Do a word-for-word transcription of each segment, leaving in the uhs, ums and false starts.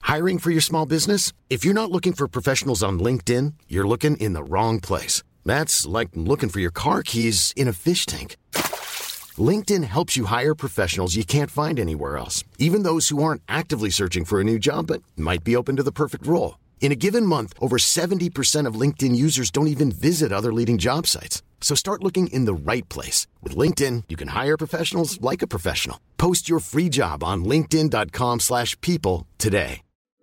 Hiring for your small business? If you're not looking for professionals on LinkedIn, you're looking in the wrong place. That's like looking for your car keys in a fish tank. LinkedIn helps you hire professionals you can't find anywhere else, even those who aren't actively searching for a new job but might be open to the perfect role. In a given month, over seventy percent of LinkedIn users don't even visit other leading job sites. So start looking in the right place. With LinkedIn, you can hire professionals like a professional. Post your free job on linkedin.com slash people today.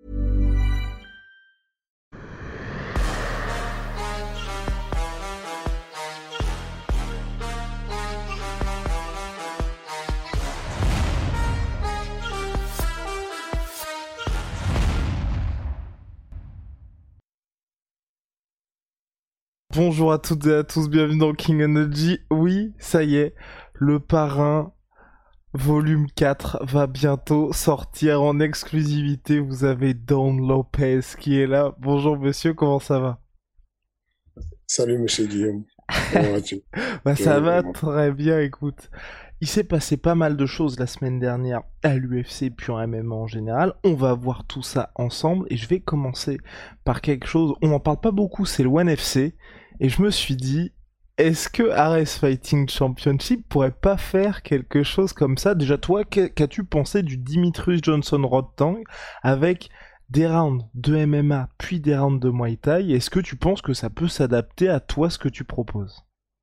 Bonjour à toutes et à tous, bienvenue dans King Energy. Oui, ça y est, le Parrain volume quatre va bientôt sortir en exclusivité. Vous avez Don Lopez qui est là. Bonjour monsieur, comment ça va? Salut monsieur Guillaume, comment vas-tu? Bah ça va très bien, écoute. Il s'est passé pas mal de choses la semaine dernière à l'U F C puis en M M A en général. On va voir tout ça ensemble et je vais commencer par quelque chose, on n'en parle pas beaucoup, c'est le ONE F C. Et je me suis dit, est-ce que Ares Fighting Championship pourrait pas faire quelque chose comme ça? Déjà, toi, qu'as-tu pensé du Demetrious Johnson Rodtang avec des rounds de M M A puis des rounds de Muay Thai? Est-ce que tu penses que ça peut s'adapter à toi, ce que tu proposes?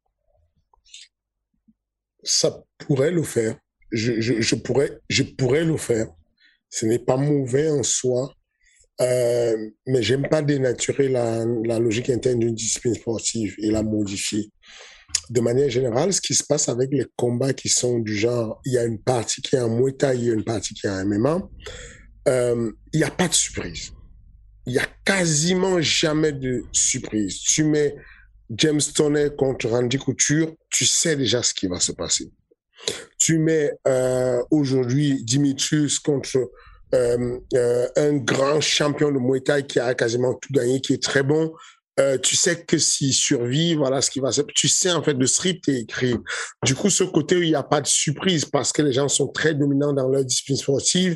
Ça pourrait le faire. Je, je, je, pourrais, je pourrais le faire. Ce n'est pas mauvais en soi. Euh, mais j'aime pas dénaturer la, la logique interne d'une discipline sportive et la modifier. De manière générale, ce qui se passe avec les combats qui sont du genre, il y a une partie qui est en Muay Thai, il y a une partie qui est en M M A, euh, il n'y a pas de surprise. Il n'y a quasiment jamais de surprise. Tu mets James Toney contre Randy Couture, tu sais déjà ce qui va se passer. Tu mets euh, aujourd'hui Demetrious contre Euh, euh, un grand champion de Muay Thai qui a quasiment tout gagné, qui est très bon. Euh, tu sais que s'il survit, voilà ce qui va se... Tu sais, en fait, le script est écrit. Du coup, ce côté où il n'y a pas de surprise parce que les gens sont très dominants dans leur discipline sportive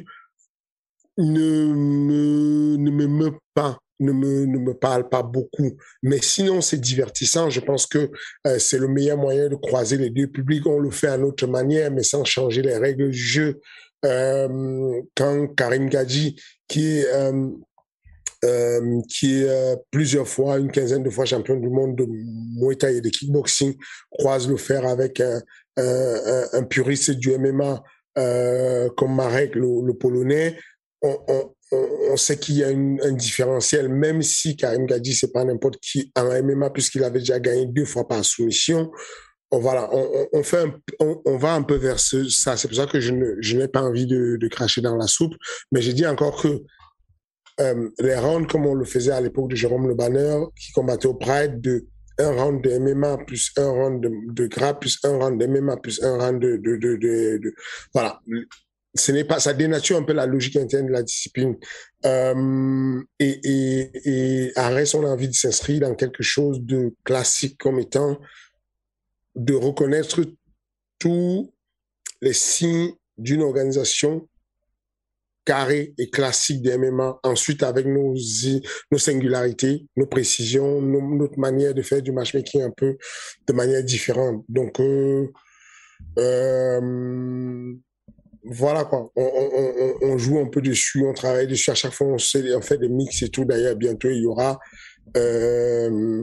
ne me, ne me meut pas, ne me, ne me parle pas beaucoup. Mais sinon, c'est divertissant. Je pense que euh, c'est le meilleur moyen de croiser les deux publics. On le fait à notre manière, mais sans changer les règles du jeu. Euh, quand Karim Gadji, qui est, euh, euh, qui est euh, plusieurs fois, une quinzaine de fois champion du monde de Muay Thai et de kickboxing, croise le fer avec un, un, un puriste du M M A euh, comme Marek, le, le Polonais, on, on, on sait qu'il y a une, un différentiel, même si Karim Gadji, c'est pas n'importe qui en M M A, puisqu'il avait déjà gagné deux fois par soumission. On, voilà, on, on, fait un, on, on va un peu vers ce, ça. C'est pour ça que je, ne, je n'ai pas envie de, de cracher dans la soupe. Mais j'ai dit encore que euh, les rounds, comme on le faisait à l'époque de Jérôme Le Banner, qui combattait au Pride, de un round de M M A plus un round de, de gras plus un round de M M A plus un round de... de, de, de, de voilà. Ce n'est pas, ça dénature un peu la logique interne de la discipline. Euh, et, et, et Ares, on a envie de s'inscrire dans quelque chose de classique comme étant de reconnaître tous les signes d'une organisation carrée et classique des M M A, ensuite avec nos, nos singularités, nos précisions, nos, notre manière de faire du matchmaking un peu de manière différente. Donc, euh, euh, voilà quoi, on, on, on joue un peu dessus, on travaille dessus, à chaque fois on, sait, on fait des mix et tout. D'ailleurs, bientôt il y aura... Euh,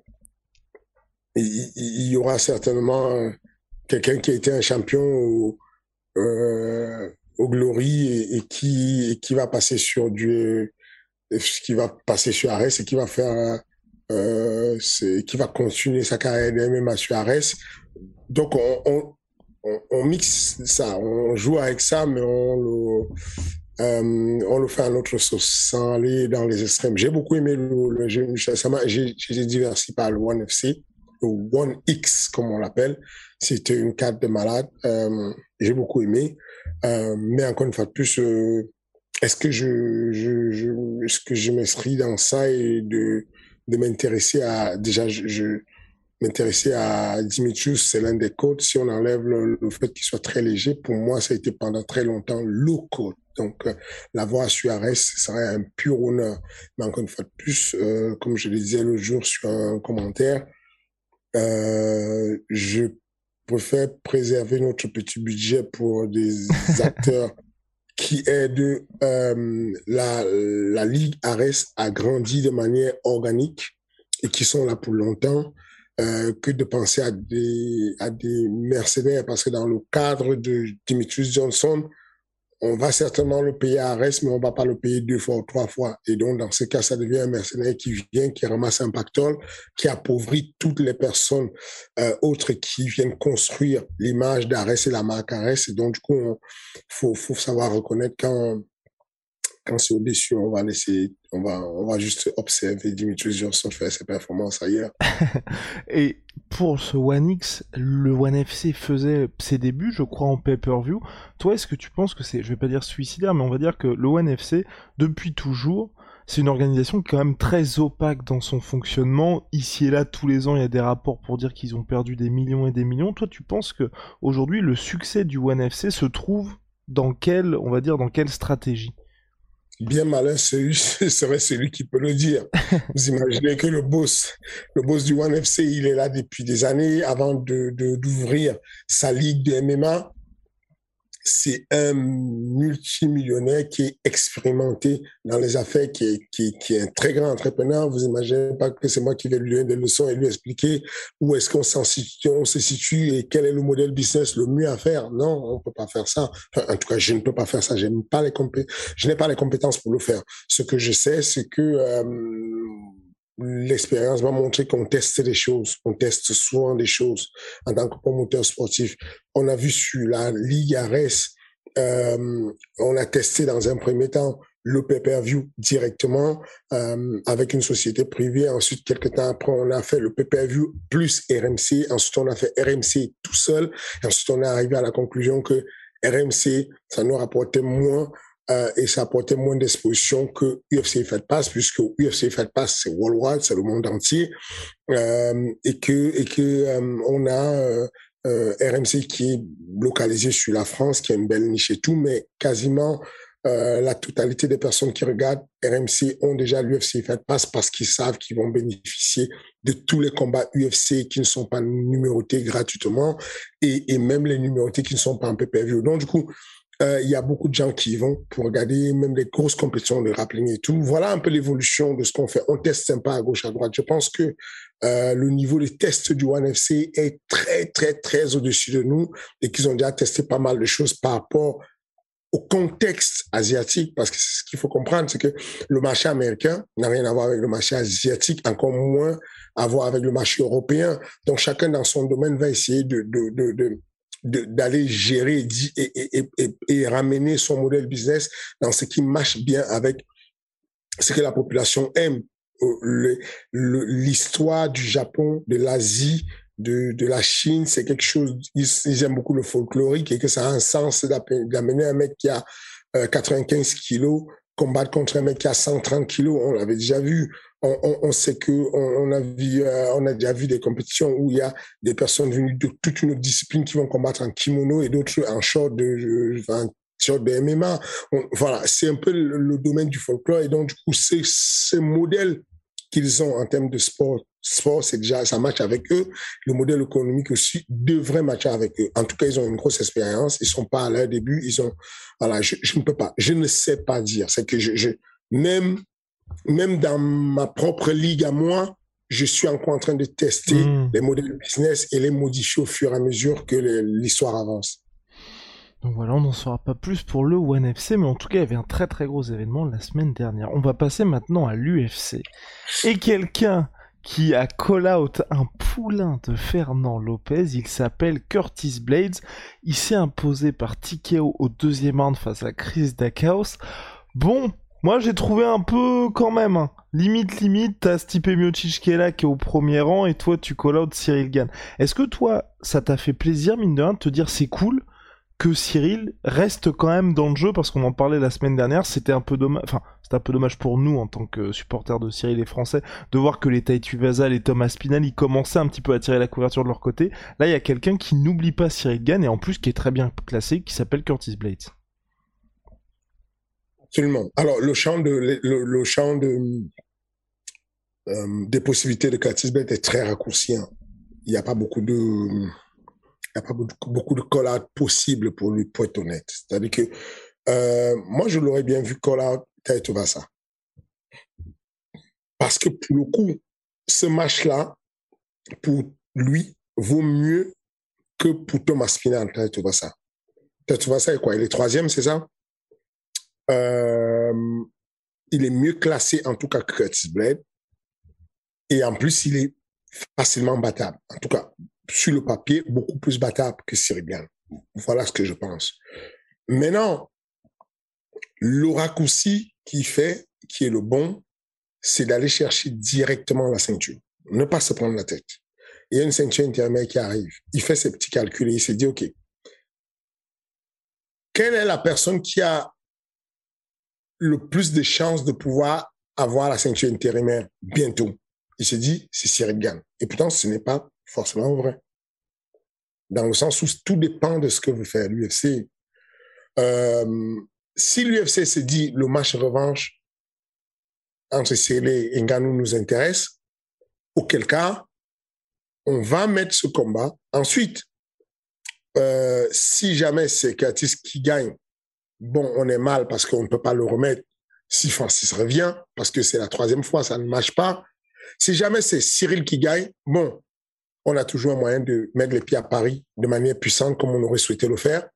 Il, il y aura certainement quelqu'un qui a été un champion au, euh, au Glory et, et, qui, et qui va passer sur du, qui va passer sur Ares et qui va faire, euh, c'est, qui va continuer sa carrière de M M A sur Ares. Donc on, on, on, on mixe ça, on joue avec ça, mais on le, euh, on le fait à notre sauce sans aller dans les extrêmes. J'ai beaucoup aimé le, le jeu, ça m'a, j'ai, j'ai diversifié par le ONE F C. ONE X, comme on l'appelle. C'était une carte de malade. Euh, j'ai beaucoup aimé. Euh, mais encore une fois de plus, euh, est-ce que je, je, je, est-ce que je m'inscris dans ça et de, de m'intéresser à, déjà, je, je m'intéresser à Dimitrius, c'est l'un des coachs. Si on enlève le, le fait qu'il soit très léger, pour moi, ça a été pendant très longtemps le coach. Donc, euh, l'avoir su Arès, ce serait un pur honneur. Mais encore une fois de plus, euh, comme je le disais l'autre jour sur un commentaire, euh, je préfère préserver notre petit budget pour des acteurs qui aident euh, la, la Ligue Arès à grandir de manière organique et qui sont là pour longtemps, euh, que de penser à des, à des mercenaires. Parce que dans le cadre de Dimitrius Johnson, on va certainement le payer à Arès, mais on ne va pas le payer deux fois ou trois fois. Et donc, dans ce cas, ça devient un mercenaire qui vient, qui ramasse un pactole, qui appauvrit toutes les personnes euh, autres qui viennent construire l'image d'Arès et la marque Arès. Et donc, du coup, il faut, faut savoir reconnaître quand, quand c'est au-dessus, on va laisser, on va, on va juste observer Dimitrius Johnson faire ses performances ailleurs. Et pour ce One X, le One F C faisait ses débuts, je crois, en pay-per-view. Toi, est-ce que tu penses que c'est, je vais pas dire suicidaire, mais on va dire que le One F C, depuis toujours, c'est une organisation qui est quand même très opaque dans son fonctionnement. Ici et là, tous les ans, il y a des rapports pour dire qu'ils ont perdu des millions et des millions. Toi, tu penses que aujourd'hui, le succès du One F C se trouve dans quelle, on va dire, dans quelle stratégie ? Bien malin, celui, serait celui qui peut le dire. Vous imaginez que le boss, le boss du One F C, il est là depuis des années avant de, de, d'ouvrir sa ligue de M M A. C'est un multimillionnaire qui est expérimenté dans les affaires, qui est, qui, qui est un très grand entrepreneur. Vous imaginez pas que c'est moi qui vais lui donner des leçons et lui expliquer où est-ce qu'on s'en situe, on se situe et quel est le modèle business le mieux à faire. Non, on peut pas faire ça. Enfin, en tout cas, je ne peux pas faire ça. J'aime pas les compé- je n'ai pas les compétences pour le faire. Ce que je sais, c'est que euh, l'expérience va montrer qu'on teste des choses. On teste souvent des choses en tant que promoteur sportif. On a vu sur la Ligue Arès, euh, on a testé dans un premier temps le pay-per-view directement euh, avec une société privée. Ensuite, quelques temps après, on a fait le pay-per-view plus R M C. Ensuite, on a fait R M C tout seul. Et ensuite, on est arrivé à la conclusion que R M C, ça nous rapportait moins Euh, et ça apportait moins d'exposition que U F C Fight Pass, puisque U F C Fight Pass, c'est worldwide, c'est le monde entier, euh, et que, et que euh, on a euh, euh, R M C qui est localisé sur la France, qui a une belle niche et tout, mais quasiment euh, la totalité des personnes qui regardent R M C ont déjà l'U F C Fight Pass parce qu'ils savent qu'ils vont bénéficier de tous les combats U F C qui ne sont pas numérotés gratuitement, et, et même les numérotés qui ne sont pas en pay-per-view. Donc, du coup, il euh, y a beaucoup de gens qui y vont pour regarder même les grosses compétitions de grappling et tout. Voilà un peu l'évolution de ce qu'on fait. On teste sympa à gauche, à droite. Je pense que euh, le niveau des tests du One F C est très, très, très au-dessus de nous et qu'ils ont déjà testé pas mal de choses par rapport au contexte asiatique, parce que c'est ce qu'il faut comprendre, c'est que le marché américain n'a rien à voir avec le marché asiatique, encore moins à voir avec le marché européen. Donc, chacun dans son domaine va essayer de... de, de, de De, d'aller gérer et, et, et, et ramener son modèle business dans ce qui marche bien avec ce que la population aime. Le, le, l'histoire du Japon, de l'Asie, de, de la Chine, c'est quelque chose, ils, ils aiment beaucoup le folklorique et que ça a un sens d'amener un mec qui a euh, quatre-vingt-quinze kilos combattre contre un mec qui a cent trente kilos. On l'avait déjà vu. On, on, on sait que on, on a vu, euh, on a déjà vu des compétitions où il y a des personnes venues de toute une autre discipline qui vont combattre en kimono et d'autres en short de, en short de M M A. On, voilà, c'est un peu le, le domaine du folklore et donc du coup, c'est ces modèles qu'ils ont en termes de sport. Sport, c'est déjà, ça match avec eux. Le modèle économique aussi devrait matcher avec eux. En tout cas, ils ont une grosse expérience. Ils sont pas à leur début. Ils ont, voilà, je, je ne peux pas, je ne sais pas dire. C'est que je, je, même, même dans ma propre ligue à moi, je suis encore en train de tester mmh. les modèles business et les modifier au fur et à mesure que le, l'histoire avance. Donc voilà, on n'en saura pas plus pour le One F C, mais en tout cas, il y avait un très très gros événement la semaine dernière. On va passer maintenant à l'U F C. Et quelqu'un qui a call out un poulain de Fernand Lopez, il s'appelle Curtis Blades. Il s'est imposé par T K O au deuxième round face à Chris Daukaus. Bon, moi j'ai trouvé un peu quand même, hein. limite limite, t'as Stipe Miocic qui est là, qui est au premier rang, et toi tu call out Cyril Gane. Est-ce que toi, ça t'a fait plaisir, mine de rien, de te dire c'est cool que Cyril reste quand même dans le jeu, parce qu'on en parlait la semaine dernière, c'était un peu dommage, enfin, C'est un peu dommage pour nous, en tant que supporters de Cyril et Français, de voir que les Tai Tuivasa, les Thomas Spinal, ils commençaient un petit peu à tirer la couverture de leur côté. Là, il y a quelqu'un qui n'oublie pas Cyril Gane, et en plus qui est très bien classé, qui s'appelle Curtis Blades. Absolument. Alors, le champ, de, le, le champ de, euh, des possibilités de Curtis Blades est très raccourci. Hein. Il n'y a pas beaucoup de... Il n'y a pas beaucoup de call-out possibles pour lui, pour être honnête. C'est-à-dire que euh, moi, je l'aurais bien vu call-out Tai Tuivasa. Parce que pour le coup, ce match-là, pour lui, vaut mieux que pour Thomas Spinal, Tai Tuivasa. Tai Tuivasa est quoi? Il est troisième, c'est ça? euh, Il est mieux classé, en tout cas, que Curtis Blades. Et en plus, il est facilement battable. En tout cas, sur le papier, beaucoup plus battable que Cyril Gane. Voilà ce que je pense. Maintenant, le raccourci qu'il fait, qui est le bon, c'est d'aller chercher directement la ceinture. Ne pas se prendre la tête. Il y a une ceinture intermédiaire qui arrive. Il fait ses petits calculs et il s'est dit, OK, quelle est la personne qui a le plus de chances de pouvoir avoir la ceinture intérimaire bientôt? Il s'est dit, c'est Cyril Gane. Et pourtant, ce n'est pas forcément vrai. Dans le sens où tout dépend de ce que veut faire l'U F C. Euh, si l'U F C se dit le match revanche entre Cyril et Ngannou nous intéresse, auquel cas, on va mettre ce combat. Ensuite, euh, si jamais c'est Curtis qui gagne, bon, on est mal parce qu'on ne peut pas le remettre si Francis revient, parce que c'est la troisième fois, ça ne marche pas. Si jamais c'est Cyril qui gagne, bon, on a toujours un moyen de mettre les pieds à Paris de manière puissante comme on aurait souhaité le faire.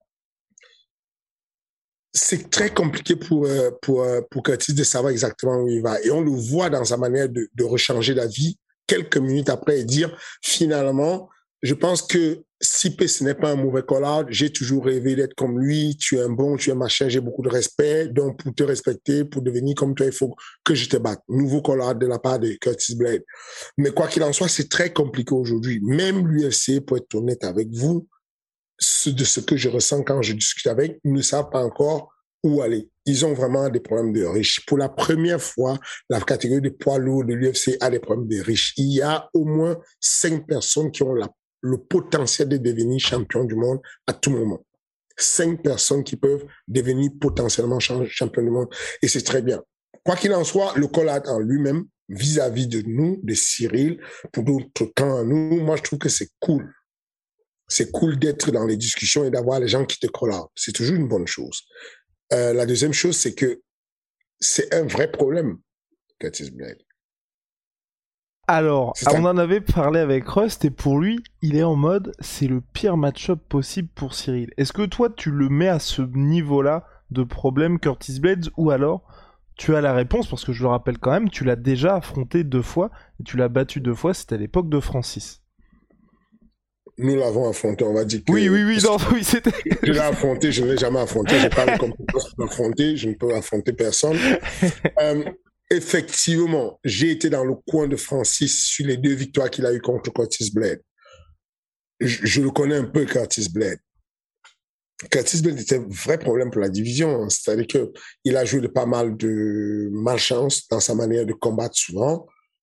C'est très compliqué pour, pour, pour Curtis de savoir exactement où il va. Et on le voit dans sa manière de, de rechanger la vie quelques minutes après et dire, finalement, je pense que si P, ce n'est pas un mauvais call-out, j'ai toujours rêvé d'être comme lui, tu es un bon, tu es un machin, j'ai beaucoup de respect, donc pour te respecter, pour devenir comme toi, il faut que je te batte. Nouveau call-out de la part de Curtis Blades. Mais quoi qu'il en soit, c'est très compliqué aujourd'hui. Même l'U F C, pour être honnête avec vous, ce, de ce que je ressens quand je discute avec, ils ne savent pas encore où aller. Ils ont vraiment des problèmes de riches. Pour la première fois, la catégorie de poids lourd de l'U F C a des problèmes de riches. Il y a au moins cinq personnes qui ont la le potentiel de devenir champion du monde à tout moment. Cinq personnes qui peuvent devenir potentiellement champion du monde. Et c'est très bien. Quoi qu'il en soit, le call-out en lui-même, vis-à-vis de nous, de Cyril, pour notre camp à nous, moi, je trouve que c'est cool. C'est cool d'être dans les discussions et d'avoir les gens qui te call-out. C'est toujours une bonne chose. Euh, la deuxième chose, c'est que c'est un vrai problème, Curtis Blades. Alors, on en avait parlé avec Rust et pour lui, il est en mode c'est le pire match-up possible pour Cyril. Est-ce que toi, tu le mets à ce niveau-là de problème, Curtis Blades, ou alors tu as la réponse, parce que je le rappelle quand même, tu l'as déjà affronté deux fois, et tu l'as battu deux fois, c'était à l'époque de Francis. Nous l'avons affronté, on va dire que... Oui, oui, oui, non, oui, c'était... Je l'ai affronté, je ne l'ai jamais affronté, je n'ai pas les compétences pour l'affronter, je ne peux affronter personne. euh, Effectivement, j'ai été dans le coin de Francis sur les deux victoires qu'il a eues contre Curtis Blades. Je, je le connais un peu, Curtis Blades. Curtis Blades était un vrai problème pour la division. Hein. C'est-à-dire qu'il a joué de pas mal de malchance dans sa manière de combattre souvent.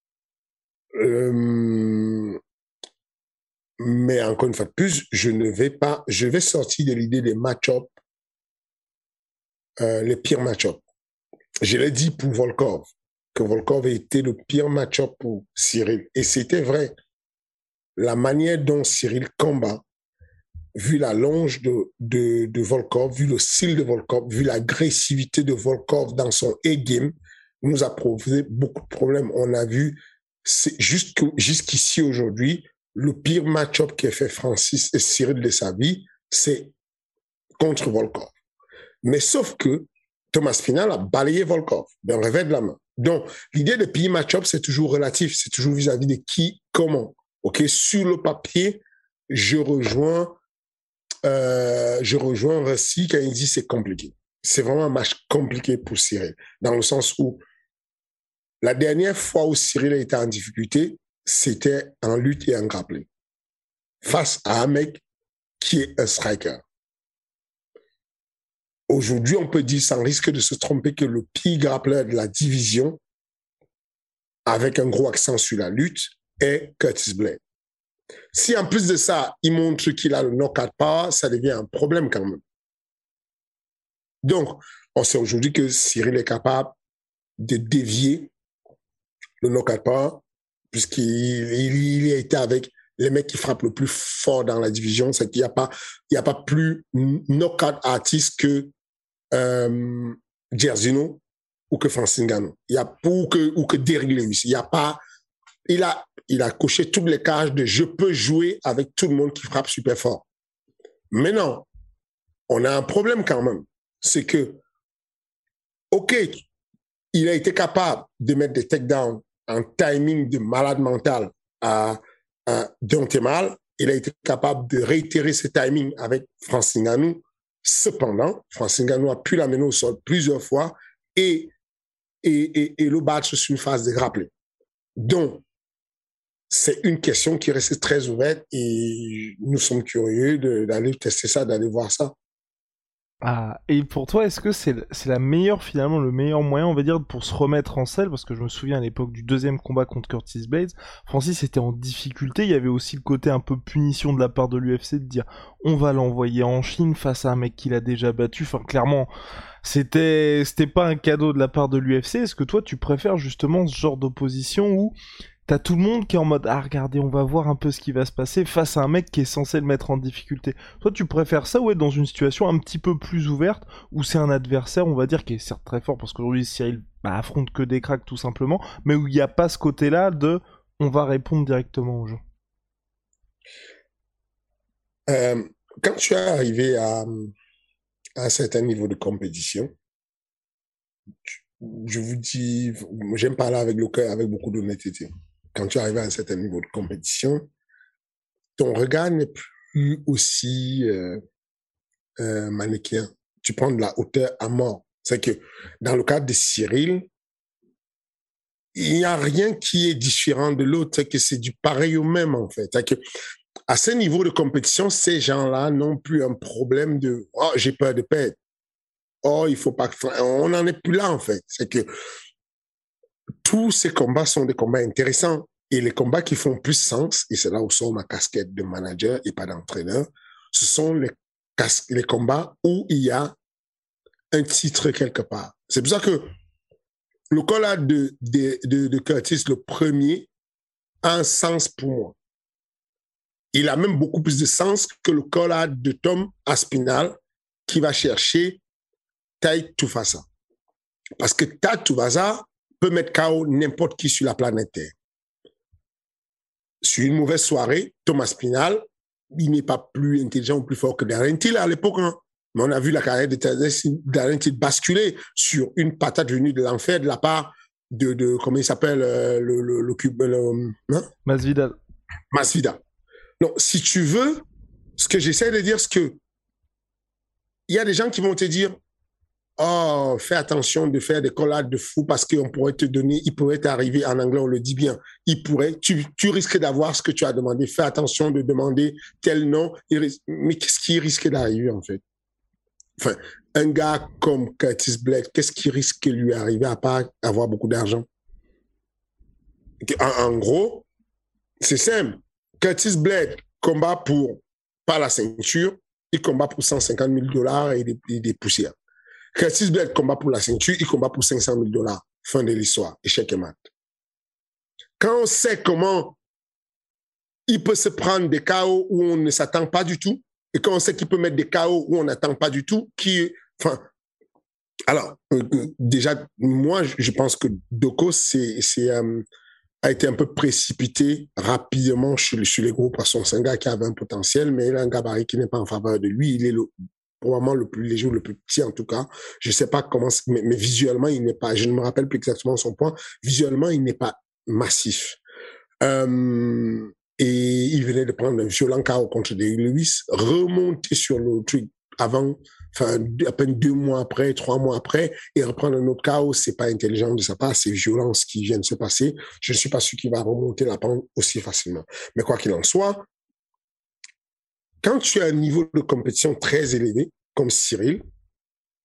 Euh, mais encore une fois de plus, je ne vais pas... Je vais sortir de l'idée des match-ups, euh, les pires match-ups. Je l'ai dit pour Volkov, que Volkov a été le pire match-up pour Cyril. Et c'était vrai. La manière dont Cyril combat, vu la longe de, de, de Volkov, vu le style de Volkov, vu l'agressivité de Volkov dans son A-game, nous a posé beaucoup de problèmes. On a vu, jusqu'ici aujourd'hui, le pire match-up qu'a fait Francis et Cyril de sa vie, c'est contre Volkov. Mais sauf que Thomas Spinal a balayé Volkov d'un revers de la main. Donc, l'idée de pire match-up, c'est toujours relatif, c'est toujours vis-à-vis de qui, comment. Ok, sur le papier, je rejoins, euh, je rejoins Rossi quand il dit c'est compliqué. C'est vraiment un match compliqué pour Cyril, dans le sens où la dernière fois où Cyril a été en difficulté, c'était en lutte et en grappling, face à un mec qui est un striker. Aujourd'hui, on peut dire sans risque de se tromper que le pire grappleur de la division, avec un gros accent sur la lutte, est Curtis Blade. Si en plus de ça, il montre qu'il a le knockout power, ça devient un problème quand même. Donc, on sait aujourd'hui que Cyril est capable de dévier le knockout power, puisqu'il il, il a été avec les mecs qui frappent le plus fort dans la division. C'est qu'il n'y a pas, il n'y a pas plus knockout artiste que euh, Jairzinho ou que Francis Ngannou. Il y a, ou que, ou que Derrick Lewis. Il y a pas, il a, il a coché toutes les cases de je peux jouer avec tout le monde qui frappe super fort. Maintenant, on a un problème quand même. C'est que, OK, il a été capable de mettre des takedowns en timing de malade mental à, à Deontay Wilder. Il a été capable de réitérer ce timing avec Francis Ngannou. Cependant, Francis Ngannou a pu l'amener au sol plusieurs fois et, et, et, et le battre sur une phase de grappling. Donc, c'est une question qui reste très ouverte et nous sommes curieux de, d'aller tester ça, d'aller voir ça. Ah, et pour toi, est-ce que c'est, c'est la meilleure, finalement, le meilleur moyen, on va dire, pour se remettre en selle? Parce que je me souviens à l'époque du deuxième combat contre Curtis Blades, Francis était en difficulté, il y avait aussi le côté un peu punition de la part de l'U F C de dire on va l'envoyer en Chine face à un mec qu'il a déjà battu. Enfin, clairement, c'était, c'était pas un cadeau de la part de l'U F C. Est-ce que toi, tu préfères justement ce genre d'opposition où t'as tout le monde qui est en mode ah regardez on va voir un peu ce qui va se passer face à un mec qui est censé le mettre en difficulté. Toi tu préfères ça ou être dans une situation un petit peu plus ouverte où c'est un adversaire on va dire qui est certes très fort parce qu'aujourd'hui Cyril bah, affronte que des cracks tout simplement mais où il n'y a pas ce côté là de on va répondre directement aux gens. Euh, quand tu es arrivé à, à un certain niveau de compétition, tu, je vous dis, j'aime parler avec le cœur, avec beaucoup d'honnêteté. Quand tu arrives à un certain niveau de compétition, ton regard n'est plus aussi euh, euh, manichéen. Tu prends de la hauteur à mort. C'est que dans le cadre de Cyril, il n'y a rien qui est différent de l'autre. C'est que c'est du pareil au même, en fait. C'est que à ce niveau de compétition, ces gens-là n'ont plus un problème de « Oh, j'ai peur de perdre ». Oh, il faut pas que... On n'en est plus là, en fait. C'est que tous ces combats sont des combats intéressants. Et les combats qui font plus sens, et c'est là où sort ma casquette de manager et pas d'entraîneur, ce sont les, cas- les combats où il y a un titre quelque part. C'est pour ça que le combat de, de, de, de Curtis, le premier, a un sens pour moi. Il a même beaucoup plus de sens que le combat de Tom Aspinall qui va chercher Tai Tuivasa. Parce que Tai Tuivasa peut mettre K O n'importe qui sur la planète Terre. Sur une mauvaise soirée, Thomas Aspinall, il n'est pas plus intelligent ou plus fort que Darren Till à l'époque. Hein. Mais on a vu la carrière de Darren Till basculer sur une patate venue de l'enfer de la part de, de comment il s'appelle, euh, le, le, le, le hein? Masvidal. Masvidal. Donc, si tu veux, ce que j'essaie de dire, c'est que il y a des gens qui vont te dire oh, fais attention de faire des collades de fou parce qu'on pourrait te donner, il pourrait t'arriver, en anglais on le dit bien, il pourrait, tu, tu risques d'avoir ce que tu as demandé, fais attention de demander tel nom, mais qu'est-ce qui risque d'arriver en fait? Enfin, un gars comme Curtis Blade, qu'est-ce qui risque de lui arriver à part avoir beaucoup d'argent? En, en gros, c'est simple, Curtis Blade combat pour, pas la ceinture, il combat pour cent cinquante mille dollars et des, et des poussières. Curtis Blade combat pour la ceinture, il combat pour cinq cent mille dollars. Fin de l'histoire. Échec et mat. Quand on sait comment il peut se prendre des K O où on ne s'attend pas du tout, et quand on sait qu'il peut mettre des K O où on n'attend pas du tout, qui, enfin, alors, euh, déjà, moi, je pense que Doko, c'est, c'est, euh, a été un peu précipité rapidement sur, sur les gros poissons. C'est un gars qui avait un potentiel, mais il a un gabarit qui n'est pas en faveur de lui. Il est le probablement le plus léger ou le plus petit en tout cas. Je ne sais pas comment, mais, mais visuellement, il n'est pas, je ne me rappelle plus exactement son point, visuellement, il n'est pas massif. Euh, et il venait de prendre un violent K O contre Derrick Lewis, remonter sur le truc avant, enfin, à peine deux mois après, trois mois après, et reprendre un autre K O, c'est pas intelligent de sa part, c'est violent ce qui vient de se passer. Je ne suis pas sûr qu'il va remonter la pente aussi facilement. Mais quoi qu'il en soit, quand tu as un niveau de compétition très élevé, comme Cyril,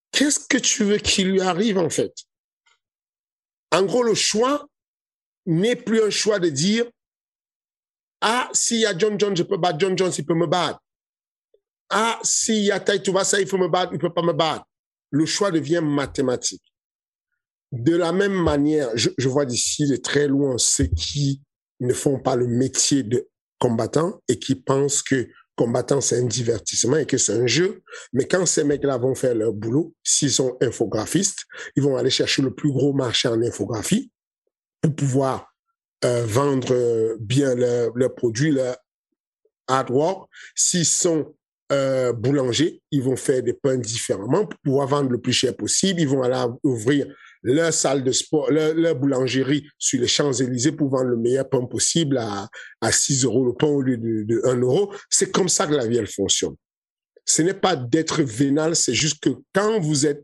Qu'est-ce que tu veux qu'il lui arrive, en fait? En gros, le choix n'est plus un choix de dire « Ah, s'il y a John Jones, je peux battre John Jones, il peut me battre. Ah, s'il y a Tai Tuivasa, il faut me battre, il ne peut pas me battre. » Le choix devient mathématique. De la même manière, je, je vois d'ici de très loin ceux qui ne font pas le métier de combattant et qui pensent que combattant, c'est un divertissement et que c'est un jeu. Mais quand ces mecs-là vont faire leur boulot, s'ils sont infographistes, ils vont aller chercher le plus gros marché en infographie pour pouvoir euh, vendre bien leurs leur produits, leur artwork. S'ils sont euh, boulangers, ils vont faire des pains différemment pour pouvoir vendre le plus cher possible. Ils vont aller ouvrir leur salle de sport, leur, leur boulangerie sur les Champs-Élysées pour vendre le meilleur pain possible à, à six euros le pain au lieu de, de un euro. C'est comme ça que la vie, elle fonctionne. Ce n'est pas d'être vénal, c'est juste que quand vous êtes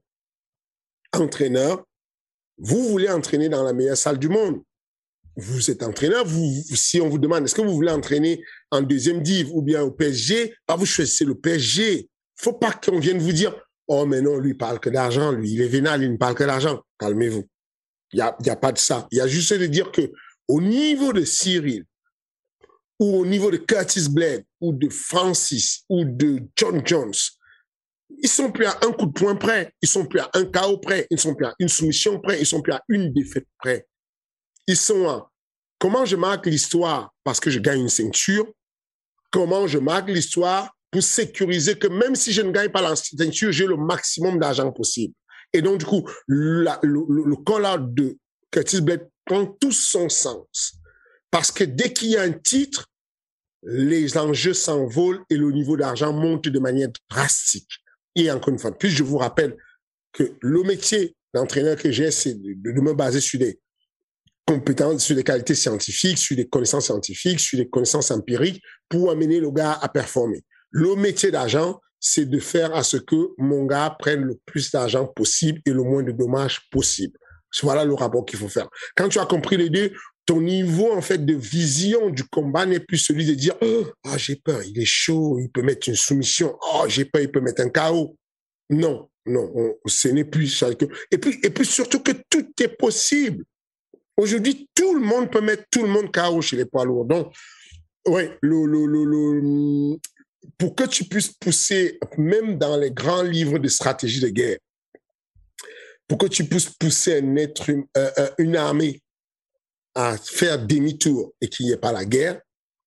entraîneur, vous voulez entraîner dans la meilleure salle du monde. Vous êtes entraîneur, vous, si on vous demande est-ce que vous voulez entraîner en deuxième div ou bien au P S G, bah vous choisissez le P S G. Il ne faut pas qu'on vienne vous dire oh, mais non, lui, il parle que d'argent. Lui, il est vénal, il ne parle que d'argent. Calmez-vous. Il n'y a, y a pas de ça. Il y a juste de dire qu'au niveau de Cyril, ou au niveau de Curtis Blade, ou de Francis, ou de John Jones, ils sont plus à un coup de poing près. Ils sont plus à un K O près. Ils sont plus à une soumission près. Ils sont plus à une défaite près. Ils sont à comment je marque l'histoire parce que je gagne une ceinture. Comment je marque l'histoire pour sécuriser que même si je ne gagne pas la ceinture, j'ai le maximum d'argent possible. Et donc, du coup, la, le, le, le call-out de Curtis Blade prend tout son sens. Parce que dès qu'il y a un titre, les enjeux s'envolent et le niveau d'argent monte de manière drastique. Et encore une fois de plus, je vous rappelle que le métier d'entraîneur que j'ai, c'est de, de me baser sur des compétences, sur des qualités scientifiques, sur des connaissances scientifiques, sur des connaissances empiriques pour amener le gars à performer. Le métier d'agent, c'est de faire à ce que mon gars prenne le plus d'argent possible et le moins de dommages possible. Voilà le rapport qu'il faut faire. Quand tu as compris les deux, ton niveau en fait de vision du combat n'est plus celui de dire oh, ah, j'ai peur, il est chaud, il peut mettre une soumission, oh j'ai peur, il peut mettre un K O. Non, non, on, ce n'est plus ça. Et puis, et puis surtout que tout est possible. Aujourd'hui, tout le monde peut mettre tout le monde K O chez les poids lourds. Donc, ouais, le, le, le, le, pour que tu puisses pousser, même dans les grands livres de stratégie de guerre, pour que tu puisses pousser un être, une, euh, une armée à faire demi-tour et qu'il n'y ait pas la guerre,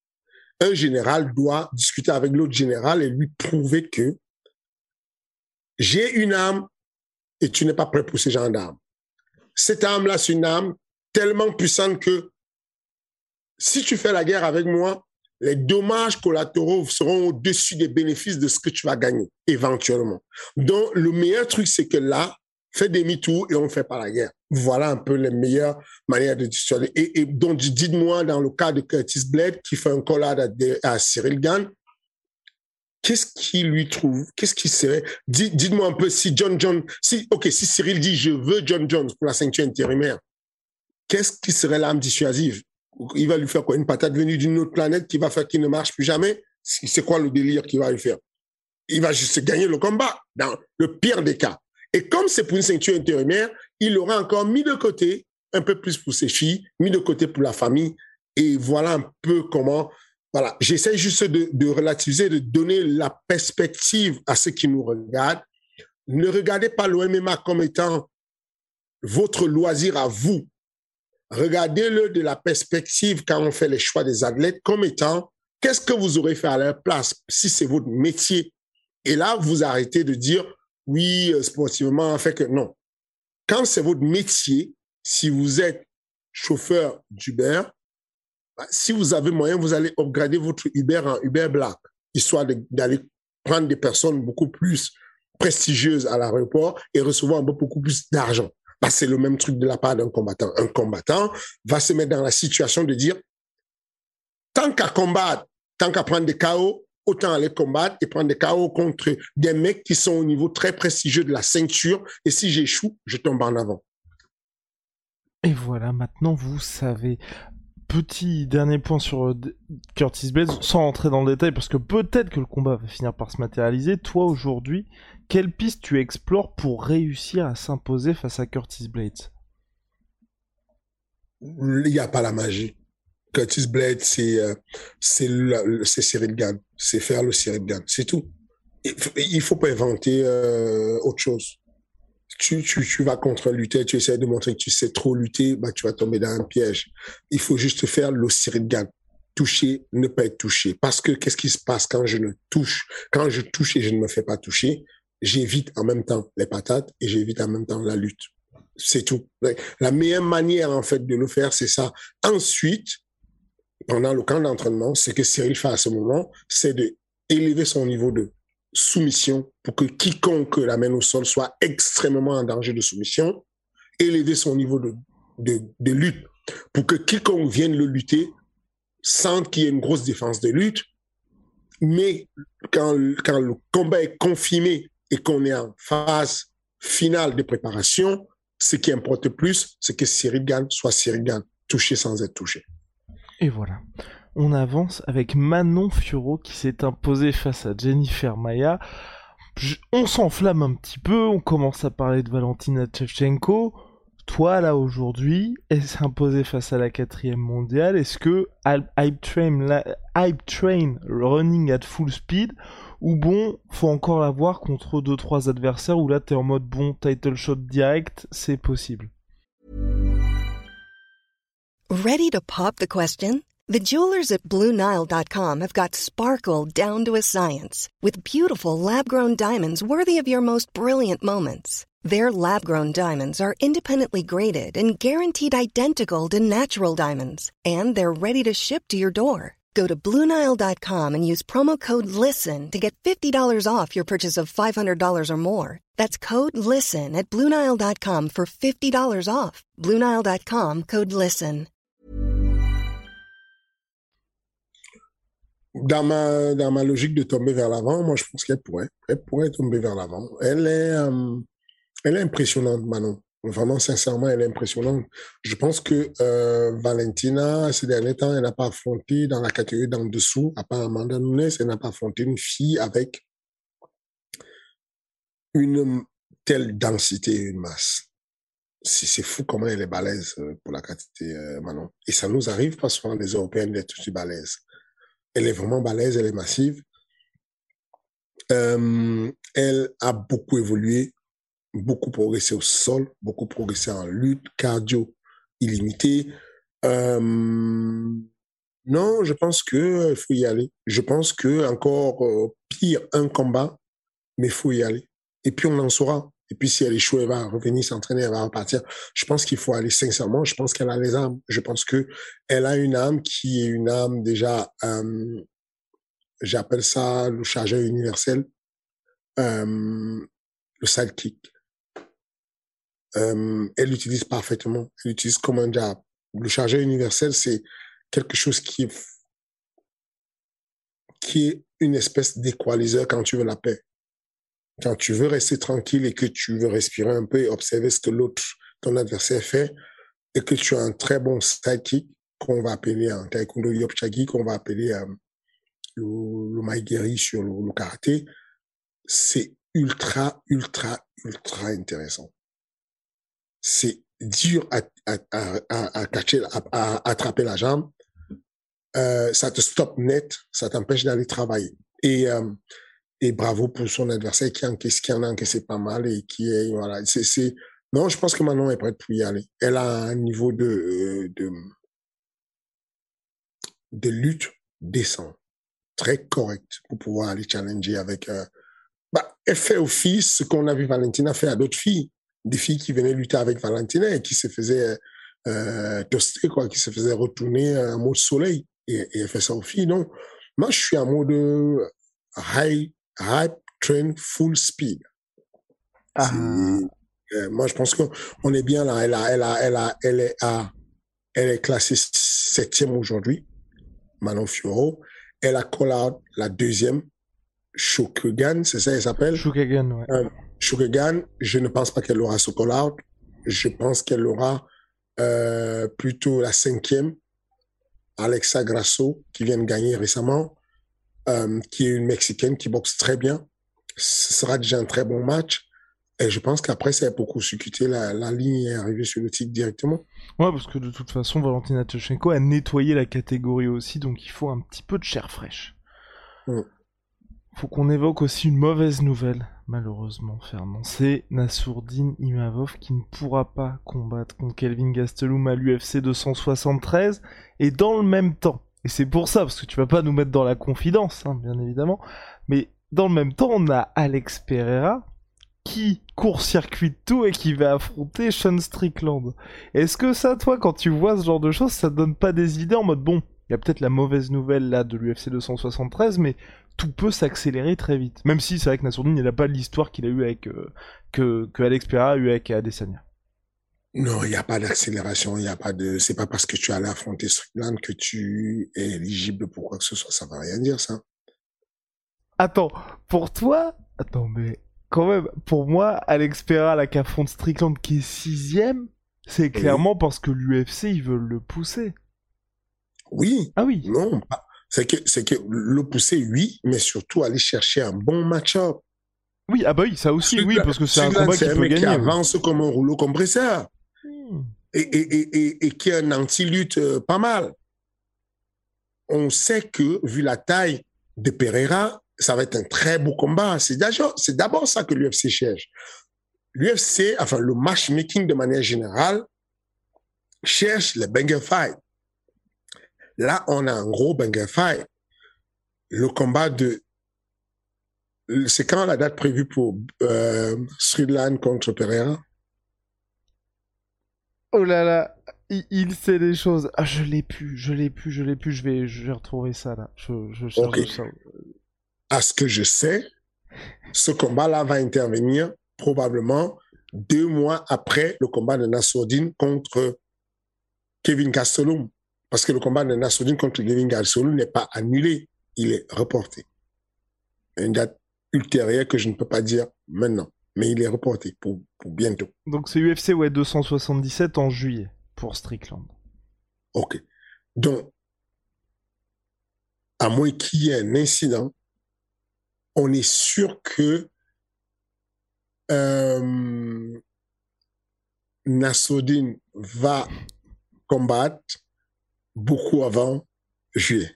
un général doit discuter avec l'autre général et lui prouver que j'ai une arme et tu n'es pas prêt pour ce genre d'arme. Cette arme-là, c'est une arme tellement puissante que si tu fais la guerre avec moi, les dommages collatéraux seront au-dessus des bénéfices de ce que tu vas gagner, éventuellement. Donc, le meilleur truc, c'est que là, fais demi-tour et on ne fait pas la guerre. Voilà un peu les meilleures manières de dissuader. Et, et donc, dites-moi, dans le cas de Curtis Blade, qui fait un call-out à, à Cyril Gane, qu'est-ce qu'il lui trouve? Qu'est-ce qui serait? Dites, dites-moi un peu si John Jones, si, ok, si Cyril dit je veux John Jones pour la ceinture intérimaire, qu'est-ce qui serait l'arme dissuasive? Il va lui faire quoi? Une patate venue d'une autre planète qui va faire qu'il ne marche plus jamais? C'est quoi le délire qu'il va lui faire? Il va juste gagner le combat, dans le pire des cas. Et comme c'est pour une ceinture intérimaire, il aura encore mis de côté un peu plus pour ses filles, mis de côté pour la famille. Et voilà un peu comment... Voilà, j'essaie juste de, de relativiser, de donner la perspective à ceux qui nous regardent. Ne regardez pas le M M A comme étant votre loisir à vous. Regardez-le de la perspective quand on fait les choix des athlètes comme étant qu'est-ce que vous aurez fait à leur place si c'est votre métier. Et là, vous arrêtez de dire oui, sportivement, fait que non. Quand c'est votre métier, si vous êtes chauffeur d'Uber, si vous avez moyen, vous allez upgrader votre Uber en Uber Black, histoire de, d'aller prendre des personnes beaucoup plus prestigieuses à l'aéroport et recevoir un peu beaucoup plus d'argent. Bah, c'est le même truc de la part d'un combattant. Un combattant va se mettre dans la situation de dire tant qu'à combattre, tant qu'à prendre des K O, autant aller combattre et prendre des K O contre des mecs qui sont au niveau très prestigieux de la ceinture. Et si j'échoue, je tombe en avant. Et voilà, maintenant vous savez. Petit dernier point sur Curtis Blade, sans rentrer dans le détail, parce que peut-être que le combat va finir par se matérialiser. Toi, aujourd'hui, quelle piste tu explores pour réussir à s'imposer face à Curtis Blades? Il n'y a pas la magie. Curtis Blades, c'est, euh, c'est, le, c'est Cyril Gane. C'est faire le Cyril Gane. C'est tout. Il ne faut pas inventer euh, autre chose. Tu, tu, tu vas contre lutter, tu essaies de montrer que tu sais trop lutter, bah, tu vas tomber dans un piège. Il faut juste faire le Cyril Gane. Toucher, ne pas être touché. Parce que qu'est-ce qui se passe quand je ne touche? Quand je touche et je ne me fais pas toucher, j'évite en même temps les patates et j'évite en même temps la lutte. C'est tout. La meilleure manière, en fait, de le faire, c'est ça. Ensuite, pendant le camp d'entraînement, ce que Cyril fait à ce moment, c'est d'élever son niveau de soumission pour que quiconque l'amène au sol soit extrêmement en danger de soumission, élever son niveau de, de, de lutte pour que quiconque vienne le lutter sente qu'il y a une grosse défense de lutte, mais quand, quand le combat est confirmé et qu'on est en phase finale de préparation, ce qui importe plus, c'est que Cyril Gane soit Cyril Gane, touché sans être touché. Et voilà. On avance avec Manon Fiorot qui s'est imposée face à Jennifer Maia. Je... On s'enflamme un petit peu, on commence à parler de Valentina Shevchenko. Toi, là, aujourd'hui, elle s'est imposée face à la quatrième mondiale. Est-ce que Hype Train, la... Hype Train running at full speed, ou bon, faut encore la voir contre deux trois adversaires où là, t'es en mode bon, title shot direct, c'est possible. Ready to pop the question? The jewelers at Blue Nile dot com have got sparkle down to a science with beautiful lab-grown diamonds worthy of your most brilliant moments. Their lab-grown diamonds are independently graded and guaranteed identical to natural diamonds, and they're ready to ship to your door. Go to Blue Nile dot com and use promo code LISTEN to get fifty dollars off your purchase of five hundred dollars or more. That's code LISTEN at Blue Nile dot com for fifty dollars off. Blue Nile dot com, code LISTEN. Dans ma, dans ma logique de tomber vers l'avant, moi, je pense qu'elle pourrait. Elle pourrait tomber vers l'avant. Elle est, euh, elle est impressionnante, Manon. Vraiment, sincèrement, elle est impressionnante. Je pense que euh, Valentina, ces derniers temps, elle n'a pas affronté dans la catégorie d'en dessous, à part Amanda Nunes, elle n'a pas affronté une fille avec une telle densité et une masse. C'est, c'est fou comment elle est balèze pour la catégorie euh, Manon. Et ça nous arrive pas souvent, les Européennes, d'être aussi balèzes. Elle est vraiment balèze, elle est massive. Euh, elle a beaucoup évolué, beaucoup progressé au sol, beaucoup progressé en lutte, cardio illimité. Euh, non, je pense que il faut y aller. Je pense que encore euh, pire, un combat, mais il faut y aller. Et puis on en saura. Et puis si elle échoue, elle va revenir s'entraîner, elle va repartir. Je pense qu'il faut aller sincèrement. Je pense qu'elle a les âmes. Je pense que elle a une âme qui est une âme déjà. Euh, j'appelle ça le chargeur universel, euh, le sidekick. Euh, elle l'utilise parfaitement. Elle l'utilise comme un jab. Le chargeur universel, c'est quelque chose qui est, qui est une espèce d'équaliseur quand tu veux la paix. Quand tu veux rester tranquille et que tu veux respirer un peu et observer ce que l'autre, ton adversaire fait, et que tu as un très bon sidekick qu'on va appeler un taekwondo yopchagi, qu'on va appeler euh, le, le maigeri sur le, le karaté, c'est ultra, ultra, ultra intéressant. C'est dur à, à, à, à, à catcher, à, à attraper la jambe. Euh, ça te stoppe net, ça t'empêche d'aller travailler. Et, euh, et bravo pour son adversaire qui encaisse, qui en a encaissé pas mal et qui est, voilà, c'est, c'est, non, je pense que Manon est prête pour y aller. Elle a un niveau de, de, de lutte décent, très correct pour pouvoir aller challenger avec, euh, bah, elle fait aux filles ce qu'on a vu Valentina faire à d'autres filles. Des filles qui venaient lutter avec Valentina et qui se faisaient euh, toaster, quoi, qui se faisaient retourner en mode soleil. Et, et elle fait ça aux filles. Donc, moi, je suis en mode high, high train full speed. Ah. Euh, moi, je pense qu'on est bien là. Elle a, elle a, elle a, elle est à, elle est classée septième aujourd'hui, Manon Fiorot. Elle a call out la deuxième, Shokugan, c'est ça, elle s'appelle? Shokugan, ouais. Euh, Shokugan, je ne pense pas qu'elle aura ce call out. Je pense qu'elle aura euh, plutôt la cinquième, Alexa Grasso, qui vient de gagner récemment, euh, qui est une Mexicaine qui boxe très bien. ce sera déjà un très bon match. Et je pense qu'après, ça va beaucoup circuiter la, la ligne et arriver sur le titre directement. Ouais, parce que de toute façon, Valentina Shevchenko a nettoyé la catégorie aussi, donc il faut un petit peu de chair fraîche. Mm. Faut qu'on évoque aussi une mauvaise nouvelle, malheureusement, Fernand. C'est Nassourdine Imavov qui ne pourra pas combattre contre Kelvin Gastelum à l'U F C deux cent soixante-treize, et dans le même temps, et c'est pour ça, parce que tu vas pas nous mettre dans la confidence, hein, bien évidemment, mais dans le même temps, on a Alex Pereira, qui court-circuite tout et qui va affronter Sean Strickland. Est-ce que ça, toi, quand tu vois ce genre de choses, ça te donne pas des idées en mode, bon, il y a peut-être la mauvaise nouvelle là de l'U F C deux cent soixante-treize, mais tout peut s'accélérer très vite. Même si c'est vrai que Nassourdine, il n'a pas l'histoire qu'il a eu avec, euh, que, que Alex Pereira a eu avec Adesanya. Non, il n'y a pas d'accélération, il y a pas de, c'est pas parce que tu allais affronter Strickland que tu es éligible pour quoi que ce soit, ça va rien dire, ça. Attends, pour toi, attends, mais quand même, pour moi, Alex Pereira, là, qui affronte Strickland, qui est sixième, c'est clairement oui. Parce que l'U F C, ils veulent le pousser. Oui. Ah oui. Non, c'est que, c'est que le pousser, oui, mais surtout aller chercher un bon match-up. Oui, ah bah oui, ça aussi, oui, parce que c'est un combat qui peut gagner. C'est un mec qui avance comme un rouleau compresseur. Hmm. Et, et, et, et, et qui est un anti-lutte euh, pas mal. On sait que, vu la taille de Pereira, ça va être un très beau combat. C'est d'abord, c'est d'abord ça que l'U F C cherche. L'U F C, enfin, le matchmaking de manière générale, cherche les banger fights. Là, on a un gros banger fight. Le combat de... C'est quand la date prévue pour euh, Strickland contre Pereira? Oh là là, il, il sait des choses. Ah, je l'ai plus, je l'ai plus, je l'ai plus. Je vais, je vais retrouver ça là. Je, je cherche okay. ça. À ce que je sais, ce combat-là va intervenir probablement deux mois après le combat de Nassourdine contre Kevin Gastelum. Parce que le combat de Nassourdine contre Kevin Gastelum n'est pas annulé, il est reporté. Une date ultérieure que je ne peux pas dire maintenant, mais il est reporté pour, pour bientôt. Donc c'est U F C ouais, deux cent soixante-dix-sept en juillet pour Strickland. Ok. Donc, à moins qu'il y ait un incident, on est sûr que euh, Nassourdine va combattre beaucoup avant juillet.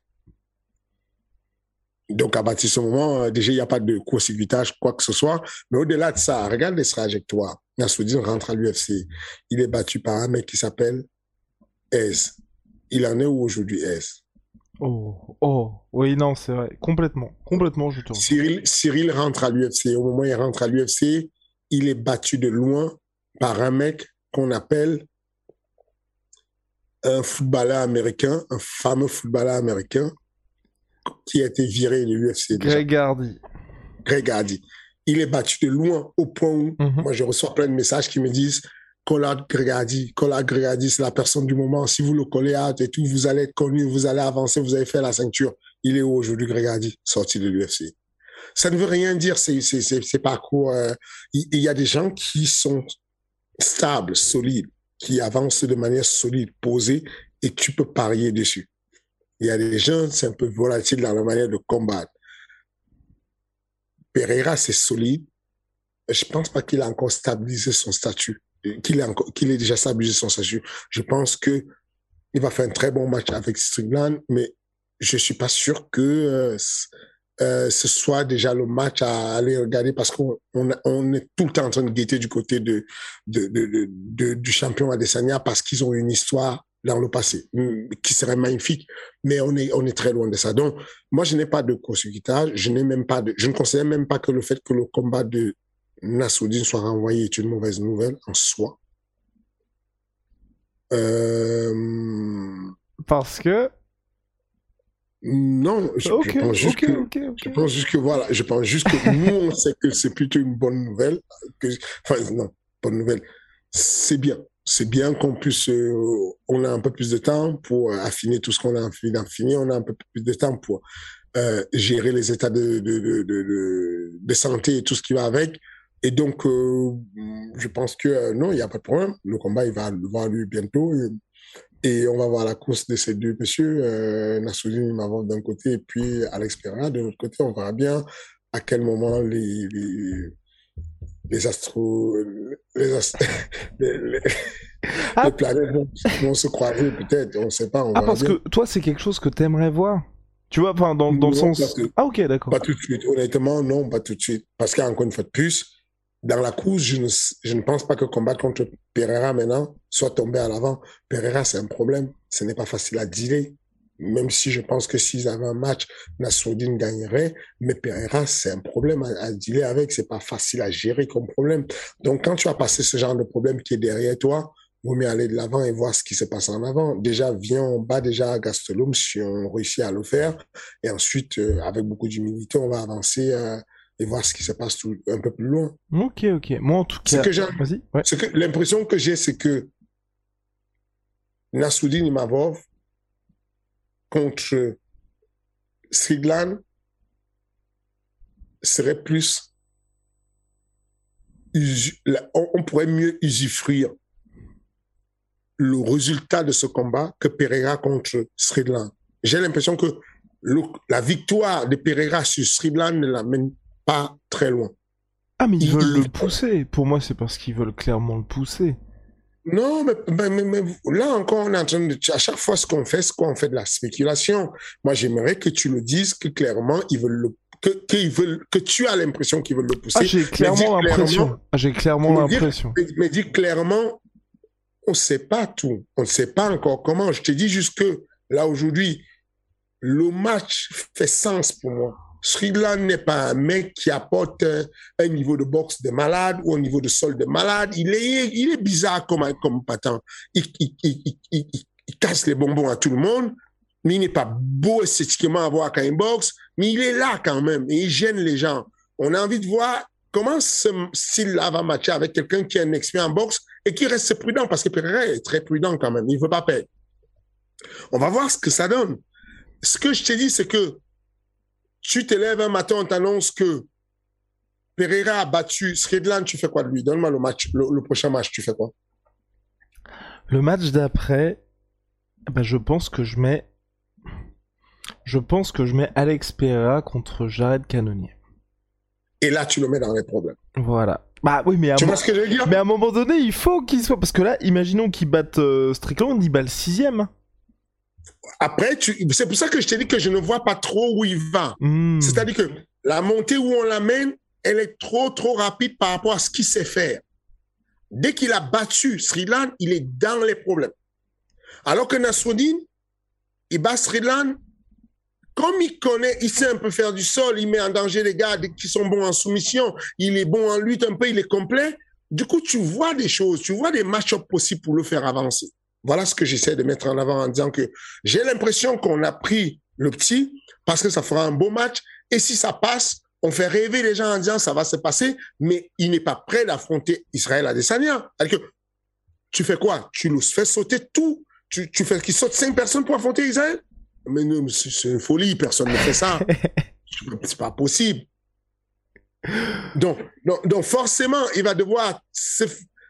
Donc, à partir de ce moment, déjà, il n'y a pas de court-circuitage, quoi que ce soit. Mais au-delà de ça, regarde les trajectoires. Nassourdine rentre à l'U F C. Il est battu par un mec qui s'appelle Ez. Il en est où aujourd'hui, Ez? Oh, oh, oui, non, c'est vrai. Complètement, complètement, je te Cyril, Cyril rentre à l'U F C. Au moment où il rentre à l'U F C, il est battu de loin par un mec qu'on appelle un footballeur américain, un fameux footballeur américain qui a été viré de l'U F C. Greg Hardy. Greg Hardy. Il est battu de loin au point où, mm-hmm. moi, je reçois plein de messages qui me disent Collard Greg Hardy, Collard Greg Hardy, c'est la personne du moment. Si vous le collez à et tout, vous allez être connu, vous allez avancer, vous allez faire la ceinture. Il est où aujourd'hui, Greg Hardy, sorti de l'U F C? Ça ne veut rien dire, c'est, c'est, c'est, c'est parcours. Euh, il, il y a des gens qui sont stables, solides, qui avancent de manière solide, posée, et tu peux parier dessus. Il y a des gens, c'est un peu volatile dans la manière de combattre. Pereira, c'est solide. Je ne pense pas qu'il a encore stabilisé son statut, qu'il ait, encore, qu'il ait déjà stabilisé son statut. Je pense qu'il va faire un très bon match avec Strickland, mais je ne suis pas sûr que euh, euh, ce soit déjà le match à aller regarder parce qu'on on, on est tout le temps en train de guetter du côté de, de, de, de, de, du champion Adesanya parce qu'ils ont une histoire dans le passé, qui serait magnifique, mais on est, on est très loin de ça. Donc, moi, je n'ai pas de court-circuitage, je n'ai même pas de, je ne considère même pas que le fait que le combat de Nassourdine soit renvoyé est une mauvaise nouvelle en soi. Euh... Parce que non, je, okay, je pense juste okay, que, okay, okay. je pense juste que voilà, je pense juste que nous, on sait que c'est plutôt une bonne nouvelle, que, enfin, non, bonne nouvelle, c'est bien. C'est bien qu'on puisse, euh, on a un peu plus de temps pour affiner tout ce qu'on a envie d'affiner, on a un peu plus de temps pour euh, gérer les états de, de, de, de, de santé et tout ce qui va avec. Et donc, euh, je pense que euh, non, il n'y a pas de problème. Le combat, il va avoir lieu bientôt. Et, et on va voir la course de ces deux messieurs, euh, Nassourdine Imavov d'un côté et puis Alex Pereira de l'autre côté. On verra bien à quel moment les, les, les astros, les, ast... les, les, ah. les planètes vont, vont se croiser, peut-être, on ne sait pas. On ah, parce bien. que toi, c'est quelque chose que tu aimerais voir. Tu vois, enfin, dans, dans non, le sens... Que, ah, ok, d'accord. Pas tout de suite. Honnêtement, non, pas tout de suite. Parce qu'encore une fois de plus, dans la course, je ne, je ne pense pas que combattre contre Pereira maintenant soit tombé à l'avant. Pereira, c'est un problème. Ce n'est pas facile à dealer. Même si je pense que s'ils avaient un match, Nassourdine gagnerait. Mais Pereira, c'est un problème à, à dealer avec. C'est pas facile à gérer comme problème. Donc, quand tu as passé ce genre de problème qui est derrière toi, vaut mieux aller de l'avant et voir ce qui se passe en avant. Déjà, viens en bas déjà à Gastelum si on réussit à le faire. Et ensuite, euh, avec beaucoup d'humilité, on va avancer euh, et voir ce qui se passe tout, un peu plus loin. Ok, ok. Moi, en tout cas... Ce que j'ai, ouais. ce que, l'impression que j'ai, c'est que Nassourdine Imavov contre Strickland serait plus... On, on pourrait mieux usufruire le résultat de ce combat que Pereira contre Strickland. J'ai l'impression que le, la victoire de Pereira sur Strickland ne l'amène pas très loin. Ah, mais ils il, veulent il... le pousser. Pour moi, c'est parce qu'ils veulent clairement le pousser. Non, mais, mais, mais, mais là encore, on est en train de... À chaque fois, ce qu'on fait, c'est quoi? On fait de la spéculation. Moi, j'aimerais que tu le dises, que clairement, ils veulent le... Que, qu'ils veulent... que tu as l'impression qu'ils veulent le pousser. Ah, j'ai clairement l'impression. Ah, j'ai clairement l'impression. Mais, mais dis clairement... On ne sait pas tout. On ne sait pas encore comment. Je te dis juste que là, aujourd'hui, le match fait sens pour moi. Strickland n'est pas un mec qui apporte un, un niveau de boxe de malade ou un niveau de sol de malade. Il est, il est bizarre comme, comme patent. Il, il, il, il, il, il casse les bonbons à tout le monde, mais il n'est pas beau esthétiquement à voir quand il boxe, mais il est là quand même et il gêne les gens. On a envie de voir comment ce style-là va matcher avec quelqu'un qui est un expert en boxe et qui reste prudent, parce que Pereira est très prudent quand même. Il ne veut pas perdre. On va voir ce que ça donne. Ce que je t'ai dit, c'est que tu te lèves un matin, on t'annonce que Pereira a battu Strickland, tu fais quoi de lui? Donne-moi le match, le, le prochain match, tu fais quoi? Le match d'après, ben je pense que je mets... Je pense que je mets Alex Pereira contre Jared Cannonier. Et là, tu le mets dans les problèmes. Voilà. Bah oui, mais à, tu mo- vois ce que je veux dire? mais à un moment donné, il faut qu'il soit... Parce que là, imaginons qu'il batte euh, Strickland, il bat le sixième. Après, tu... c'est pour ça que je t'ai dit que je ne vois pas trop où il va. Mmh. C'est-à-dire que la montée où on l'amène, elle est trop, trop rapide par rapport à ce qu'il sait faire. Dès qu'il a battu Strickland, il est dans les problèmes. Alors que Nassourdine, il bat Strickland, comme il connaît, il sait un peu faire du sol, il met en danger les gars qui sont bons en soumission, il est bon en lutte un peu, il est complet. Du coup, tu vois des choses, tu vois des match-ups possibles pour le faire avancer. Voilà ce que j'essaie de mettre en avant en disant que j'ai l'impression qu'on a pris le petit parce que ça fera un beau match. Et si ça passe, on fait rêver les gens en disant ça va se passer, mais il n'est pas prêt d'affronter Israël Adesanya. C'est-à-dire que tu fais quoi? Tu le fais sauter tout. Tu, tu fais qu'il saute cinq personnes pour affronter Israël? Mais non, c'est une folie, personne ne fait ça. C'est pas possible. Donc, donc, donc, forcément, il va devoir... Se...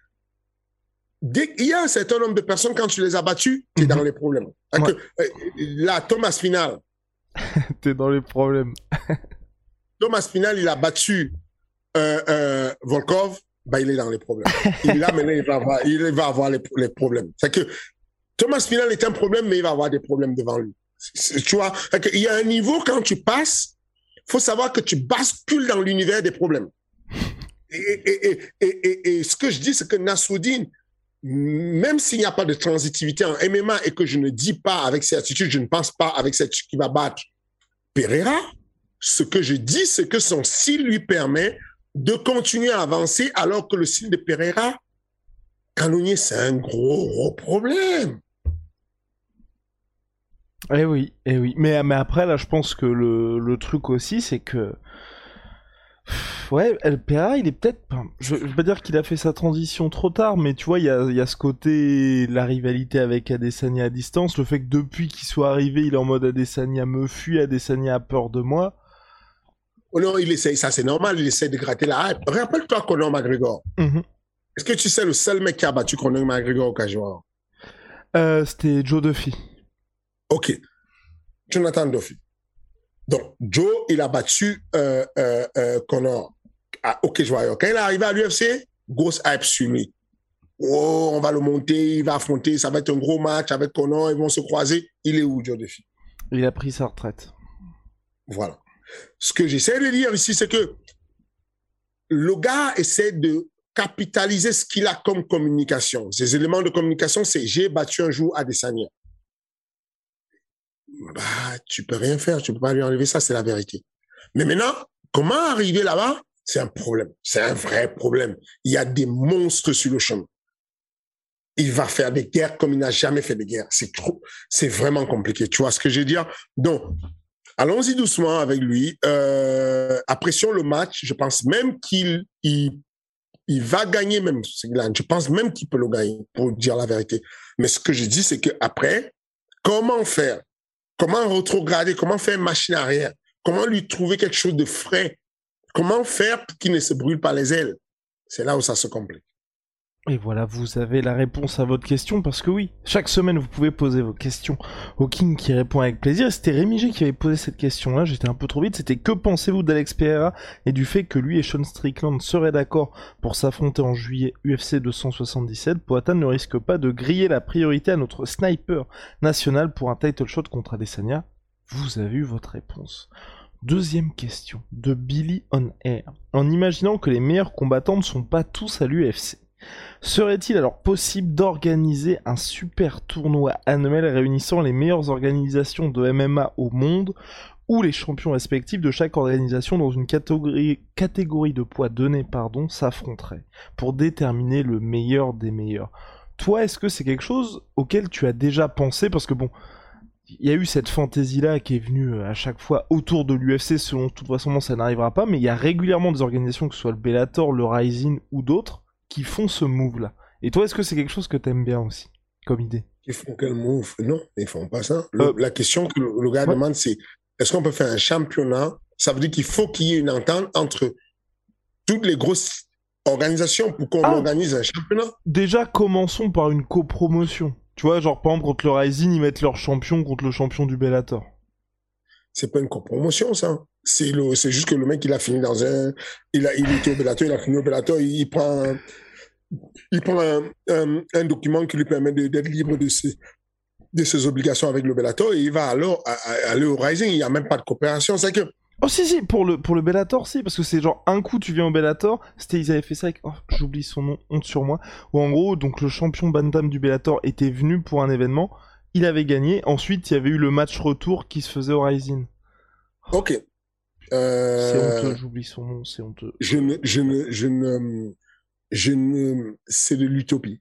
Dès qu'il y a un certain nombre de personnes, quand tu les as battues, tu es mm-hmm. dans les problèmes. Ouais. Que, euh, là, Thomas Pinal. T'es dans les problèmes. Thomas Pinal, il a battu euh, euh, Volkov, bah, il est dans les problèmes. Et là, maintenant, il va avoir, il va avoir les, les problèmes. C'est que Thomas Pinal est un problème, mais il va avoir des problèmes devant lui. Tu vois, il y a un niveau, quand tu passes, il faut savoir que tu bascules dans l'univers des problèmes. Et, et, et, et, et, et ce que je dis, c'est que Nassourdine, même s'il n'y a pas de transitivité en M M A et que je ne dis pas avec certitude, je ne pense pas avec certitude qu'il va battre Pereira, ce que je dis, c'est que son style lui permet de continuer à avancer alors que le style de Pereira, Cannonier, c'est un gros, gros problème. Eh oui, eh oui. Mais, mais après, là, je pense que le, le truc aussi, c'est que... Ouais, El Pereira, il est peut-être... Je, je veux pas dire qu'il a fait sa transition trop tard, mais tu vois, il y a, il y a ce côté, la rivalité avec Adesanya à distance, le fait que depuis qu'il soit arrivé, il est en mode Adesanya me fuit, Adesanya a peur de moi. Oh non, il essaie, ça c'est normal, il essaie de gratter la hype. Rappelle-toi Conor McGregor. Mm-hmm. Est-ce que tu sais le seul mec qui a battu Conor McGregor au casual? euh, C'était Joe Duffy. Ok. Jonathan Duffy. Donc, Joe, il a battu euh, euh, euh, Conor. Ah, ok, je vois. Quand il est arrivé à l'U F C, grosse hype sur lui. Oh, on va le monter, il va affronter, ça va être un gros match avec Conor, ils vont se croiser. Il est où, Joe Duffy? Il a pris sa retraite. Voilà. Ce que j'essaie de dire ici, c'est que le gars essaie de capitaliser ce qu'il a comme communication. Ces éléments de communication, c'est j'ai battu un jour Adesanya. Bah, tu peux rien faire, tu peux pas lui enlever ça, c'est la vérité. Mais maintenant, comment arriver là-bas? C'est un problème, c'est un vrai problème. Il y a des monstres sur le chemin. Il va faire des guerres comme il n'a jamais fait de guerre. C'est trop, c'est vraiment compliqué. Tu vois ce que je veux dire? Donc, allons-y doucement avec lui. Euh, apprécions le match. Je pense même qu'il il, il va gagner même. Je pense même qu'il peut le gagner, pour dire la vérité. Mais ce que je dis, c'est qu'après, comment faire? Comment rétrograder? Comment faire une machine arrière? Comment lui trouver quelque chose de frais? Comment faire pour qu'il ne se brûle pas les ailes? C'est là où ça se complique. Et voilà, vous avez la réponse à votre question, parce que oui, chaque semaine vous pouvez poser vos questions au King qui répond avec plaisir. Et c'était Rémi G qui avait posé cette question-là, j'étais un peu trop vite. C'était: que pensez-vous d'Alex Pereira et du fait que lui et Sean Strickland seraient d'accord pour s'affronter en juillet U F C deux cent soixante-dix-sept? Poatan ne risque pas de griller la priorité à notre sniper national pour un title shot contre Adesanya? Vous avez eu votre réponse. Deuxième question, de Billy on Air. En imaginant que les meilleurs combattants ne sont pas tous à l'U F C, serait-il alors possible d'organiser un super tournoi annuel réunissant les meilleures organisations de M M A au monde, où les champions respectifs de chaque organisation dans une catégorie, catégorie de poids donnée pardon, s'affronteraient, pour déterminer le meilleur des meilleurs? Toi, est-ce que c'est quelque chose auquel tu as déjà pensé? Parce que bon, il y a eu cette fantaisie-là qui est venue à chaque fois autour de l'U F C, selon toute façon ça n'arrivera pas, mais il y a régulièrement des organisations, que ce soit le Bellator, le Rising ou d'autres, qui font ce move-là. Et toi, est-ce que c'est quelque chose que t'aimes bien aussi, comme idée? Ils font quel move? Non, ils font pas ça. Le, euh, la question que le, le gars ouais. demande, c'est: est-ce qu'on peut faire un championnat? Ça veut dire qu'il faut qu'il y ait une entente entre toutes les grosses organisations pour qu'on ah, organise un championnat. Déjà, commençons par une copromotion. Tu vois, genre, par exemple, contre le Rising, ils mettent leur champion contre le champion du Bellator. C'est pas une copromotion, ça. C'est, le, c'est juste que le mec, il a fini dans un... Il, a, il était au Bellator, il a fini au Bellator, il, il prend, un, il prend un, un, un document qui lui permet de, d'être libre de ses, de ses obligations avec le Bellator, et il va alors à, à, aller au Rising. Il n'y a même pas de coopération. C'est que... Oh si si, pour le, pour le Bellator, si, parce que c'est genre un coup tu viens au Bellator, c'était, ils avaient fait ça avec, oh, j'oublie son nom, honte sur moi, où en gros, donc le champion Bantam du Bellator était venu pour un événement, il avait gagné, ensuite il y avait eu le match retour qui se faisait au Rising. Oh. Ok. Euh... C'est honteux, j'oublie son nom, c'est honteux. Je ne, je ne, je ne, je ne, c'est de l'utopie.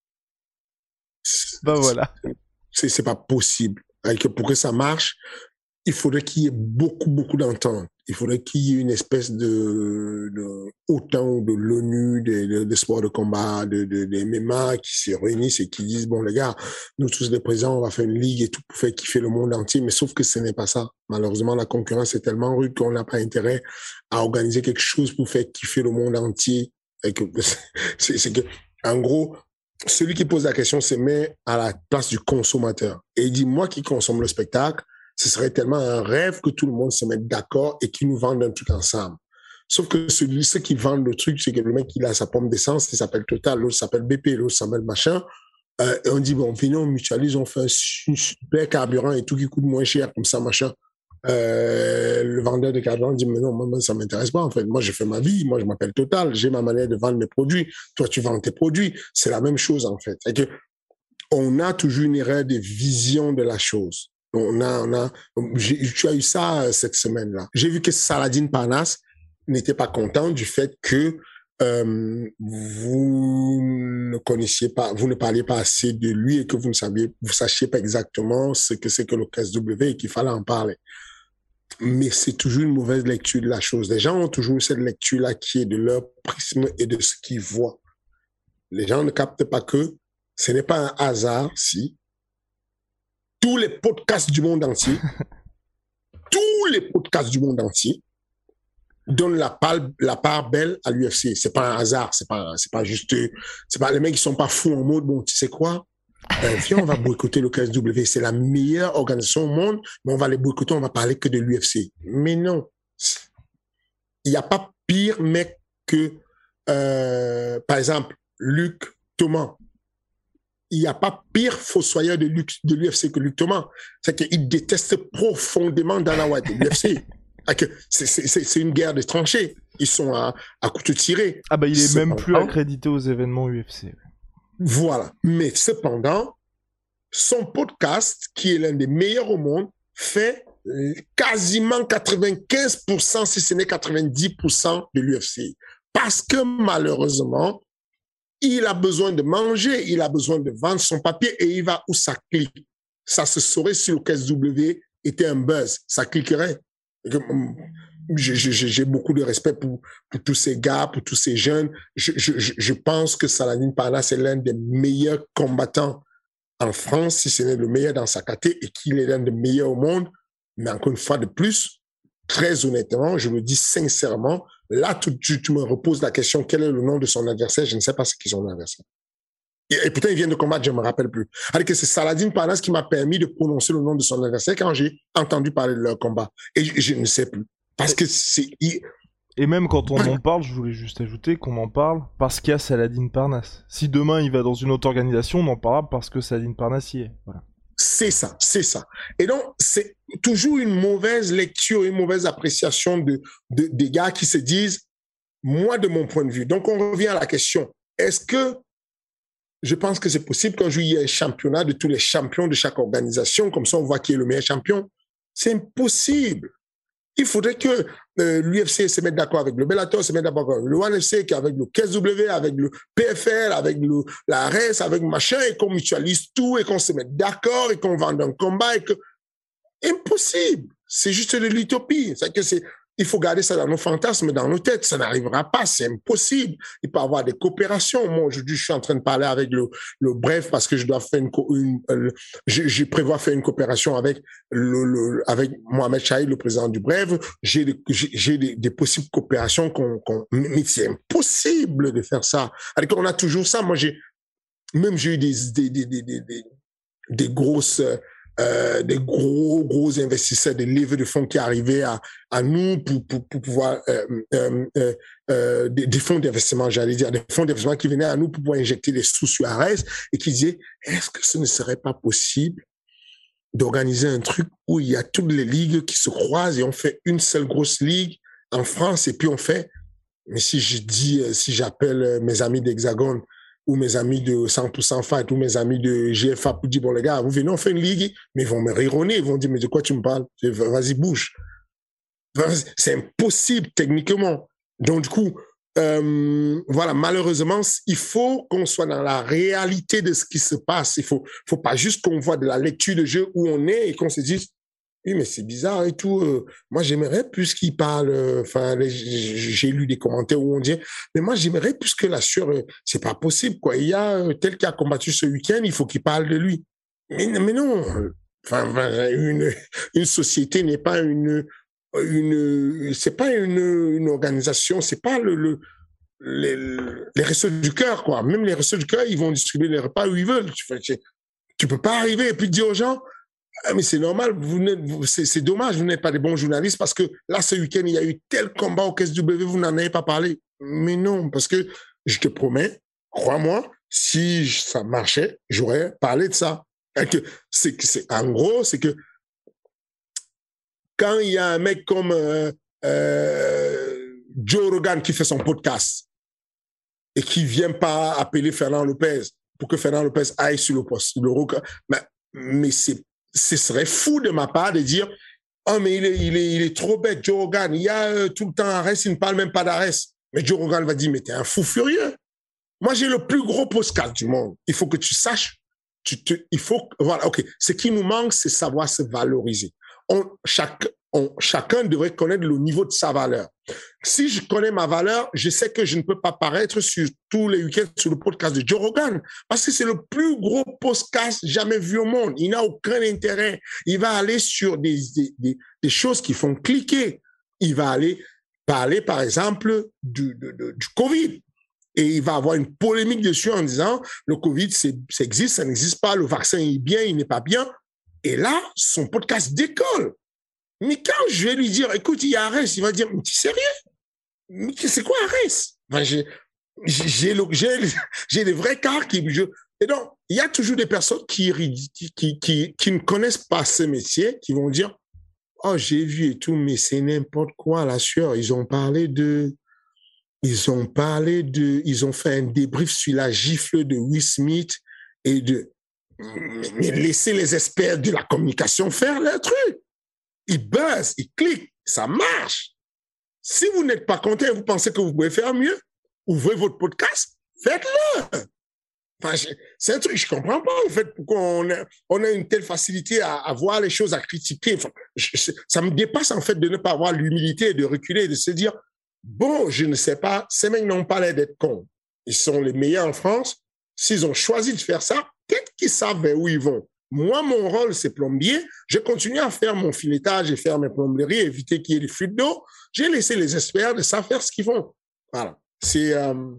Bah voilà. C'est, c'est pas possible. Avec, pour que ça marche, il faudrait qu'il y ait beaucoup, beaucoup d'entente. Il faudrait qu'il y ait une espèce de, de autant de l'ONU, des de, de sports de combat, de, de, de M M A qui se réunissent et qui disent, bon, les gars, nous tous les présidents, on va faire une ligue et tout pour faire kiffer le monde entier. Mais sauf que ce n'est pas ça. Malheureusement, la concurrence est tellement rude qu'on n'a pas intérêt à organiser quelque chose pour faire kiffer le monde entier. Et que, c'est, c'est que, en gros, celui qui pose la question se met à la place du consommateur. Et il dit, moi qui consomme le spectacle, ce serait tellement un rêve que tout le monde se mette d'accord et qu'ils nous vendent un truc ensemble. Sauf que celui, ceux qui vendent le truc, c'est que le mec, il a sa pomme d'essence, il s'appelle Total, l'autre s'appelle B P, l'autre s'appelle machin. Euh, et on dit, bon, venez, on mutualise, on fait un super carburant et tout qui coûte moins cher, comme ça, machin. Euh, le vendeur de carburant dit, mais non, moi, ça m'intéresse pas, en fait. Moi, je fais ma vie, moi, je m'appelle Total, j'ai ma manière de vendre mes produits. Toi, tu vends tes produits. C'est la même chose, en fait. C'est que on a toujours une erreur de vision de la chose. On a, on a, j'ai, tu as eu ça cette semaine-là. J'ai vu que Saladin Parnasse n'était pas content du fait que euh, vous ne connaissiez pas, vous ne parliez pas assez de lui et que vous ne saviez, vous sachiez pas exactement ce que c'est que le K S W et qu'il fallait en parler. Mais c'est toujours une mauvaise lecture de la chose. Les gens ont toujours cette lecture-là qui est de leur prisme et de ce qu'ils voient. Les gens ne captent pas que ce n'est pas un hasard si tous les podcasts du monde entier, tous les podcasts du monde entier donnent la part, la part belle à l'U F C. C'est pas un hasard, c'est pas, c'est pas juste, c'est pas les mecs qui sont pas fous en mode, bon, tu sais quoi, Euh, viens, on va boycotter le K S W. C'est la meilleure organisation au monde, mais on va les boycotter, on va parler que de l'U F C. Mais non. Il n'y a pas pire mec que, euh, par exemple, Luc Thomas. Il n'y a pas pire fossoyeur de, Luc, de l'U F C que Luc Thomas. C'est qu'il déteste profondément Dana White de l'U F C. C'est, c'est, c'est une guerre de tranchées. Ils sont à, à couteau tiré. Ah bah il est cependant, même plus accrédité aux événements U F C. Voilà. Mais cependant, son podcast, qui est l'un des meilleurs au monde, fait quasiment quatre-vingt-quinze pour cent, si ce n'est quatre-vingt-dix pour cent de l'U F C. Parce que malheureusement, il a besoin de manger, il a besoin de vendre son papier et il va où ça clique. Ça se saurait si le K S W était un buzz. Ça cliquerait. J'ai, j'ai, j'ai beaucoup de respect pour, pour tous ces gars, pour tous ces jeunes. Je, je, je pense que Saladin Parnasse est l'un des meilleurs combattants en France, si ce n'est le meilleur dans sa catégorie, et qu'il est l'un des meilleurs au monde. Mais encore une fois de plus, très honnêtement, je le dis sincèrement, là, tu, tu, tu me reposes la question, quel est le nom de son adversaire? Je ne sais pas ce qu'ils ont l'adversaire. Et, et pourtant, il vient de combattre, je ne me rappelle plus. Alors que c'est Saladin Parnasse qui m'a permis de prononcer le nom de son adversaire quand j'ai entendu parler de leur combat. Et je, je ne sais plus. Parce que c'est... Il... Et même quand on en parle, je voulais juste ajouter qu'on en parle parce qu'il y a Saladin Parnasse. Si demain il va dans une autre organisation, on en parlera parce que Saladin Parnasse y est. Voilà. C'est ça, c'est ça. Et donc, c'est toujours une mauvaise lecture, une mauvaise appréciation de, de, des gars qui se disent, moi, de mon point de vue. Donc, on revient à la question. Est-ce que je pense que c'est possible qu'un jour, il y ait un championnat de tous les champions de chaque organisation, comme ça, on voit qui est le meilleur champion? C'est impossible. Il faudrait que euh, l'U F C se mette d'accord avec le Bellator, se mette d'accord avec le O N F C, avec le K S W, avec le P F L, avec le, la R E S, avec machin, et qu'on mutualise tout, et qu'on se mette d'accord, et qu'on vende un combat, et que... Impossible. C'est juste de l'utopie. C'est que c'est... Il faut garder ça dans nos fantasmes, dans nos têtes. Ça n'arrivera pas, c'est impossible. Il peut y avoir des coopérations. Moi, aujourd'hui, je suis en train de parler avec le, le Bref parce que je dois faire une, une euh, je, je prévois faire une coopération avec le, le avec Mohamed Chahid, le président du Bref. J'ai des, j'ai, j'ai des, des possibles coopérations qu'on, qu'on, mais c'est impossible de faire ça. Alors qu'on a toujours ça. Moi, j'ai, même j'ai eu des, des, des, des, des, des, des grosses, Euh, des gros, gros investisseurs, des levées de fonds qui arrivaient à, à nous pour, pour, pour pouvoir, euh, euh, euh, euh, des, des fonds d'investissement, j'allais dire, des fonds d'investissement qui venaient à nous pour pouvoir injecter des sous sur A R E S et qui disaient, est-ce que ce ne serait pas possible d'organiser un truc où il y a toutes les ligues qui se croisent et on fait une seule grosse ligue en France et puis on fait, mais si je dis, si j'appelle mes amis d'Hexagone, ou mes amis de cent pour cent Fight, ou mes amis de G F A pour dire, bon les gars, vous venez, on fait une ligue, mais ils vont me rironner, ils vont dire, mais de quoi tu me parles? Vas-y, bouge. C'est impossible techniquement. Donc du coup, euh, voilà, malheureusement, il faut qu'on soit dans la réalité de ce qui se passe. Il faut, faut pas juste qu'on voit de la lecture de jeu où on est et qu'on se dise, oui, mais c'est bizarre et tout. Euh, moi, j'aimerais plus qu'il parle. Enfin, euh, j'ai lu des commentaires où on dit, mais moi, j'aimerais plus que la sueur. Euh, c'est pas possible, quoi. Il y a euh, tel qui a combattu ce week-end, il faut qu'il parle de lui. Mais, mais non. Enfin, une, une société n'est pas une, une, c'est pas une, une organisation. C'est pas le, le les, les restos du cœur, quoi. Même les restos du cœur, ils vont distribuer les repas où ils veulent. Tu, tu, tu peux pas arriver et puis dire aux gens. Ah, mais c'est normal, vous vous, c'est, c'est dommage, vous n'êtes pas des bons journalistes parce que là, ce week-end, il y a eu tel combat au K S W, vous n'en avez pas parlé. Mais non, parce que je te promets, crois-moi, si ça marchait, j'aurais parlé de ça. Que c'est, c'est, en gros, c'est que quand il y a un mec comme euh, euh, Joe Rogan qui fait son podcast et qui ne vient pas appeler Fernand Lopez pour que Fernand Lopez aille sur le poste, le Rogan, mais, mais c'est ce serait fou de ma part de dire « Oh, mais il est, il est, il est trop bête, Joe Rogan. Il y a euh, tout le temps Arès, il ne parle même pas d'Arès. » Mais Joe Rogan va dire « Mais t'es un fou furieux. Moi, j'ai le plus gros podcast du monde. Il faut que tu saches. Tu te, il faut, voilà, OK. Ce qui nous manque, c'est savoir se valoriser. On, chaque, on, chacun devrait connaître le niveau de sa valeur. Si je connais ma valeur, je sais que je ne peux pas paraître sur tous les week-ends sur le podcast de Joe Rogan parce que c'est le plus gros podcast jamais vu au monde. Il n'a aucun intérêt. Il va aller sur des, des, des, des choses qui font cliquer. Il va aller parler, par exemple, du, de, de, du Covid. et il va avoir une polémique dessus en disant le Covid, c'est, ça existe, ça n'existe pas, le vaccin est bien, il n'est pas bien. Et là, son podcast décolle. Mais quand je vais lui dire, écoute, il y a Arès, il va dire, mais tu es sérieux? Mais c'est quoi Arès? Enfin, j'ai, j'ai, j'ai, j'ai des vrais cas qui... Je, et donc, il y a toujours des personnes qui, qui, qui, qui, qui ne connaissent pas ce métier, qui vont dire, oh, j'ai vu et tout, mais c'est n'importe quoi, la sueur. Ils ont parlé de... Ils ont parlé de... Ils ont fait un débrief sur la gifle de Will Smith et de... Mais laissez les experts de la communication faire leur truc. Ils buzzent, ils cliquent, ça marche. Si vous n'êtes pas content et vous pensez que vous pouvez faire mieux, ouvrez votre podcast, faites-le. Enfin, je, c'est un truc que je ne comprends pas, en fait, pourquoi on a, on a une telle facilité à, à voir les choses, à critiquer. Enfin, je, ça me dépasse, en fait, de ne pas avoir l'humilité, de reculer et de se dire, bon, je ne sais pas, ces mecs n'ont pas l'air d'être cons. Ils sont les meilleurs en France. S'ils ont choisi de faire ça, peut-être qu'ils savent vers où ils vont. Moi, mon rôle, c'est plombier. Je continue à faire mon filetage et faire mes plomberies, éviter qu'il y ait des fuites d'eau. J'ai laissé les experts de ça faire ce qu'ils font. Voilà. C'est... Euh...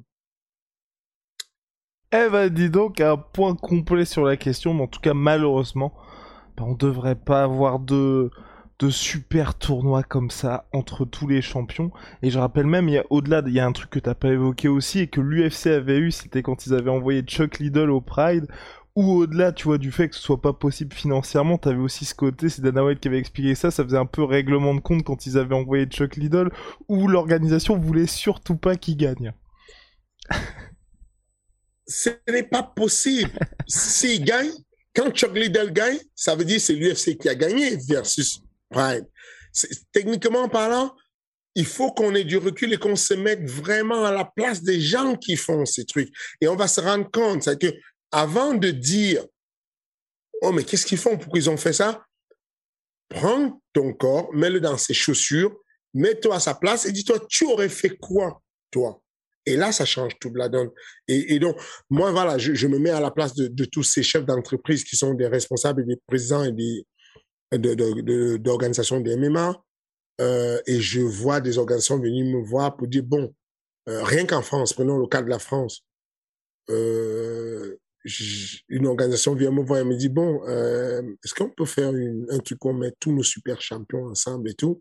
Eh ben, dis donc, un point complet sur la question, mais en tout cas, malheureusement, ben, on devrait pas avoir de... de super tournois comme ça entre tous les champions. Et je rappelle même, il y a au-delà, il y a un truc que t'as pas évoqué aussi et que l'U F C avait eu, c'était quand ils avaient envoyé Chuck Liddell au Pride. Ou au-delà, tu vois, du fait que ce soit pas possible financièrement, t'avais aussi ce côté, c'est Dana White qui avait expliqué ça, ça faisait un peu règlement de compte quand ils avaient envoyé Chuck Liddell, où l'organisation voulait surtout pas qu'il gagne. Ce n'est pas possible. S'il gagne, quand Chuck Liddell gagne, ça veut dire que c'est l'U F C qui a gagné versus Pride. C'est, techniquement parlant, il faut qu'on ait du recul et qu'on se mette vraiment à la place des gens qui font ces trucs. Et on va se rendre compte, c'est que avant de dire « Oh, mais qu'est-ce qu'ils font? Pourquoi ils ont fait ça? » Prends ton corps, mets-le dans ses chaussures, mets-toi à sa place et dis-toi, tu aurais fait quoi, toi? Et là, ça change toute la donne. Et, et donc, moi, voilà, je, je me mets à la place de, de tous ces chefs d'entreprise qui sont des responsables et des présidents et des, de, de, de, d'organisations de M M A. Euh, et je vois des organisations venir me voir pour dire, bon, euh, rien qu'en France, prenons le cas de la France, euh, une organisation vient me voir et me dit, bon, euh, est-ce qu'on peut faire une, un truc où on met tous nos super champions ensemble et tout?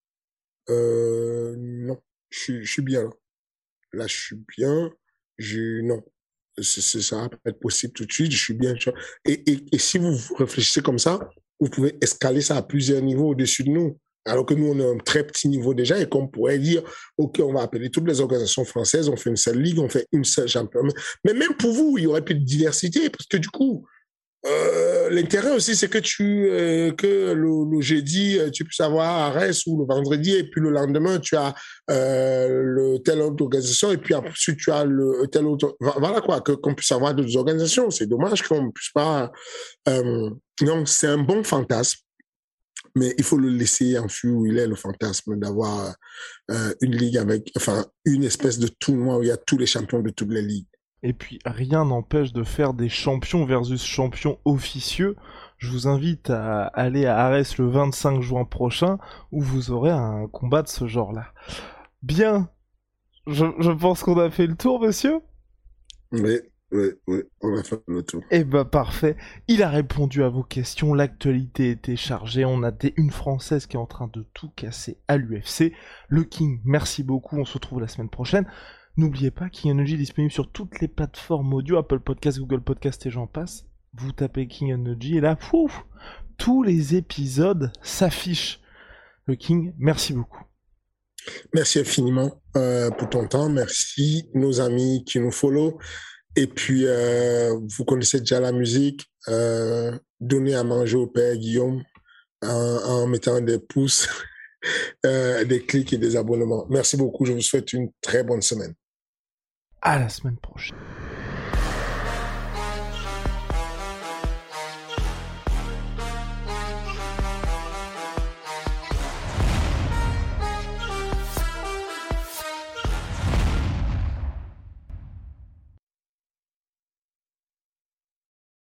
Euh, non, je, je suis bien là. Là, je suis bien. Je, non, c'est, c'est, ça va pas être possible tout de suite. Je suis bien. Et, et, et si vous réfléchissez comme ça, vous pouvez escaler ça à plusieurs niveaux au-dessus de nous. Alors que nous, on a un très petit niveau déjà et qu'on pourrait dire, OK, on va appeler toutes les organisations françaises, on fait une seule ligue, on fait une seule championne. Mais même pour vous, il y aurait plus de diversité parce que du coup, euh, l'intérêt aussi, c'est que tu, euh, que le, le jeudi, tu puisses avoir Arès ou le vendredi et puis le lendemain, tu as euh, le, telle autre organisation et puis ensuite, tu as le tel autre. Voilà quoi, que, qu'on puisse avoir d'autres organisations. C'est dommage qu'on ne puisse pas. Euh, donc, c'est un bon fantasme. Mais il faut le laisser en fût où il est, le fantasme d'avoir euh, une ligue avec, enfin, une espèce de tournoi où il y a tous les champions de toutes les ligues. Et puis, rien n'empêche de faire des champions versus champions officieux. Je vous invite à aller à Arès le vingt-cinq juin prochain, où vous aurez un combat de ce genre-là. Bien, je, je pense qu'on a fait le tour, monsieur. Oui. Oui, oui, on va faire le tour. Eh ben parfait, il a répondu à vos questions, l'actualité était chargée, on a des, une Française qui est en train de tout casser à l'U F C. Le King, merci beaucoup, on se retrouve la semaine prochaine. N'oubliez pas, King Energy est disponible sur toutes les plateformes audio, Apple Podcast, Google Podcast et j'en passe. Vous tapez King Energy et là, pouf, tous les épisodes s'affichent. Le King, merci beaucoup. Merci infiniment euh, pour ton temps, merci nos amis qui nous follow. Et puis, euh, vous connaissez déjà la musique, euh, donnez à manger au père Guillaume en, en mettant des pouces, euh, des clics et des abonnements. Merci beaucoup, je vous souhaite une très bonne semaine. À la semaine prochaine.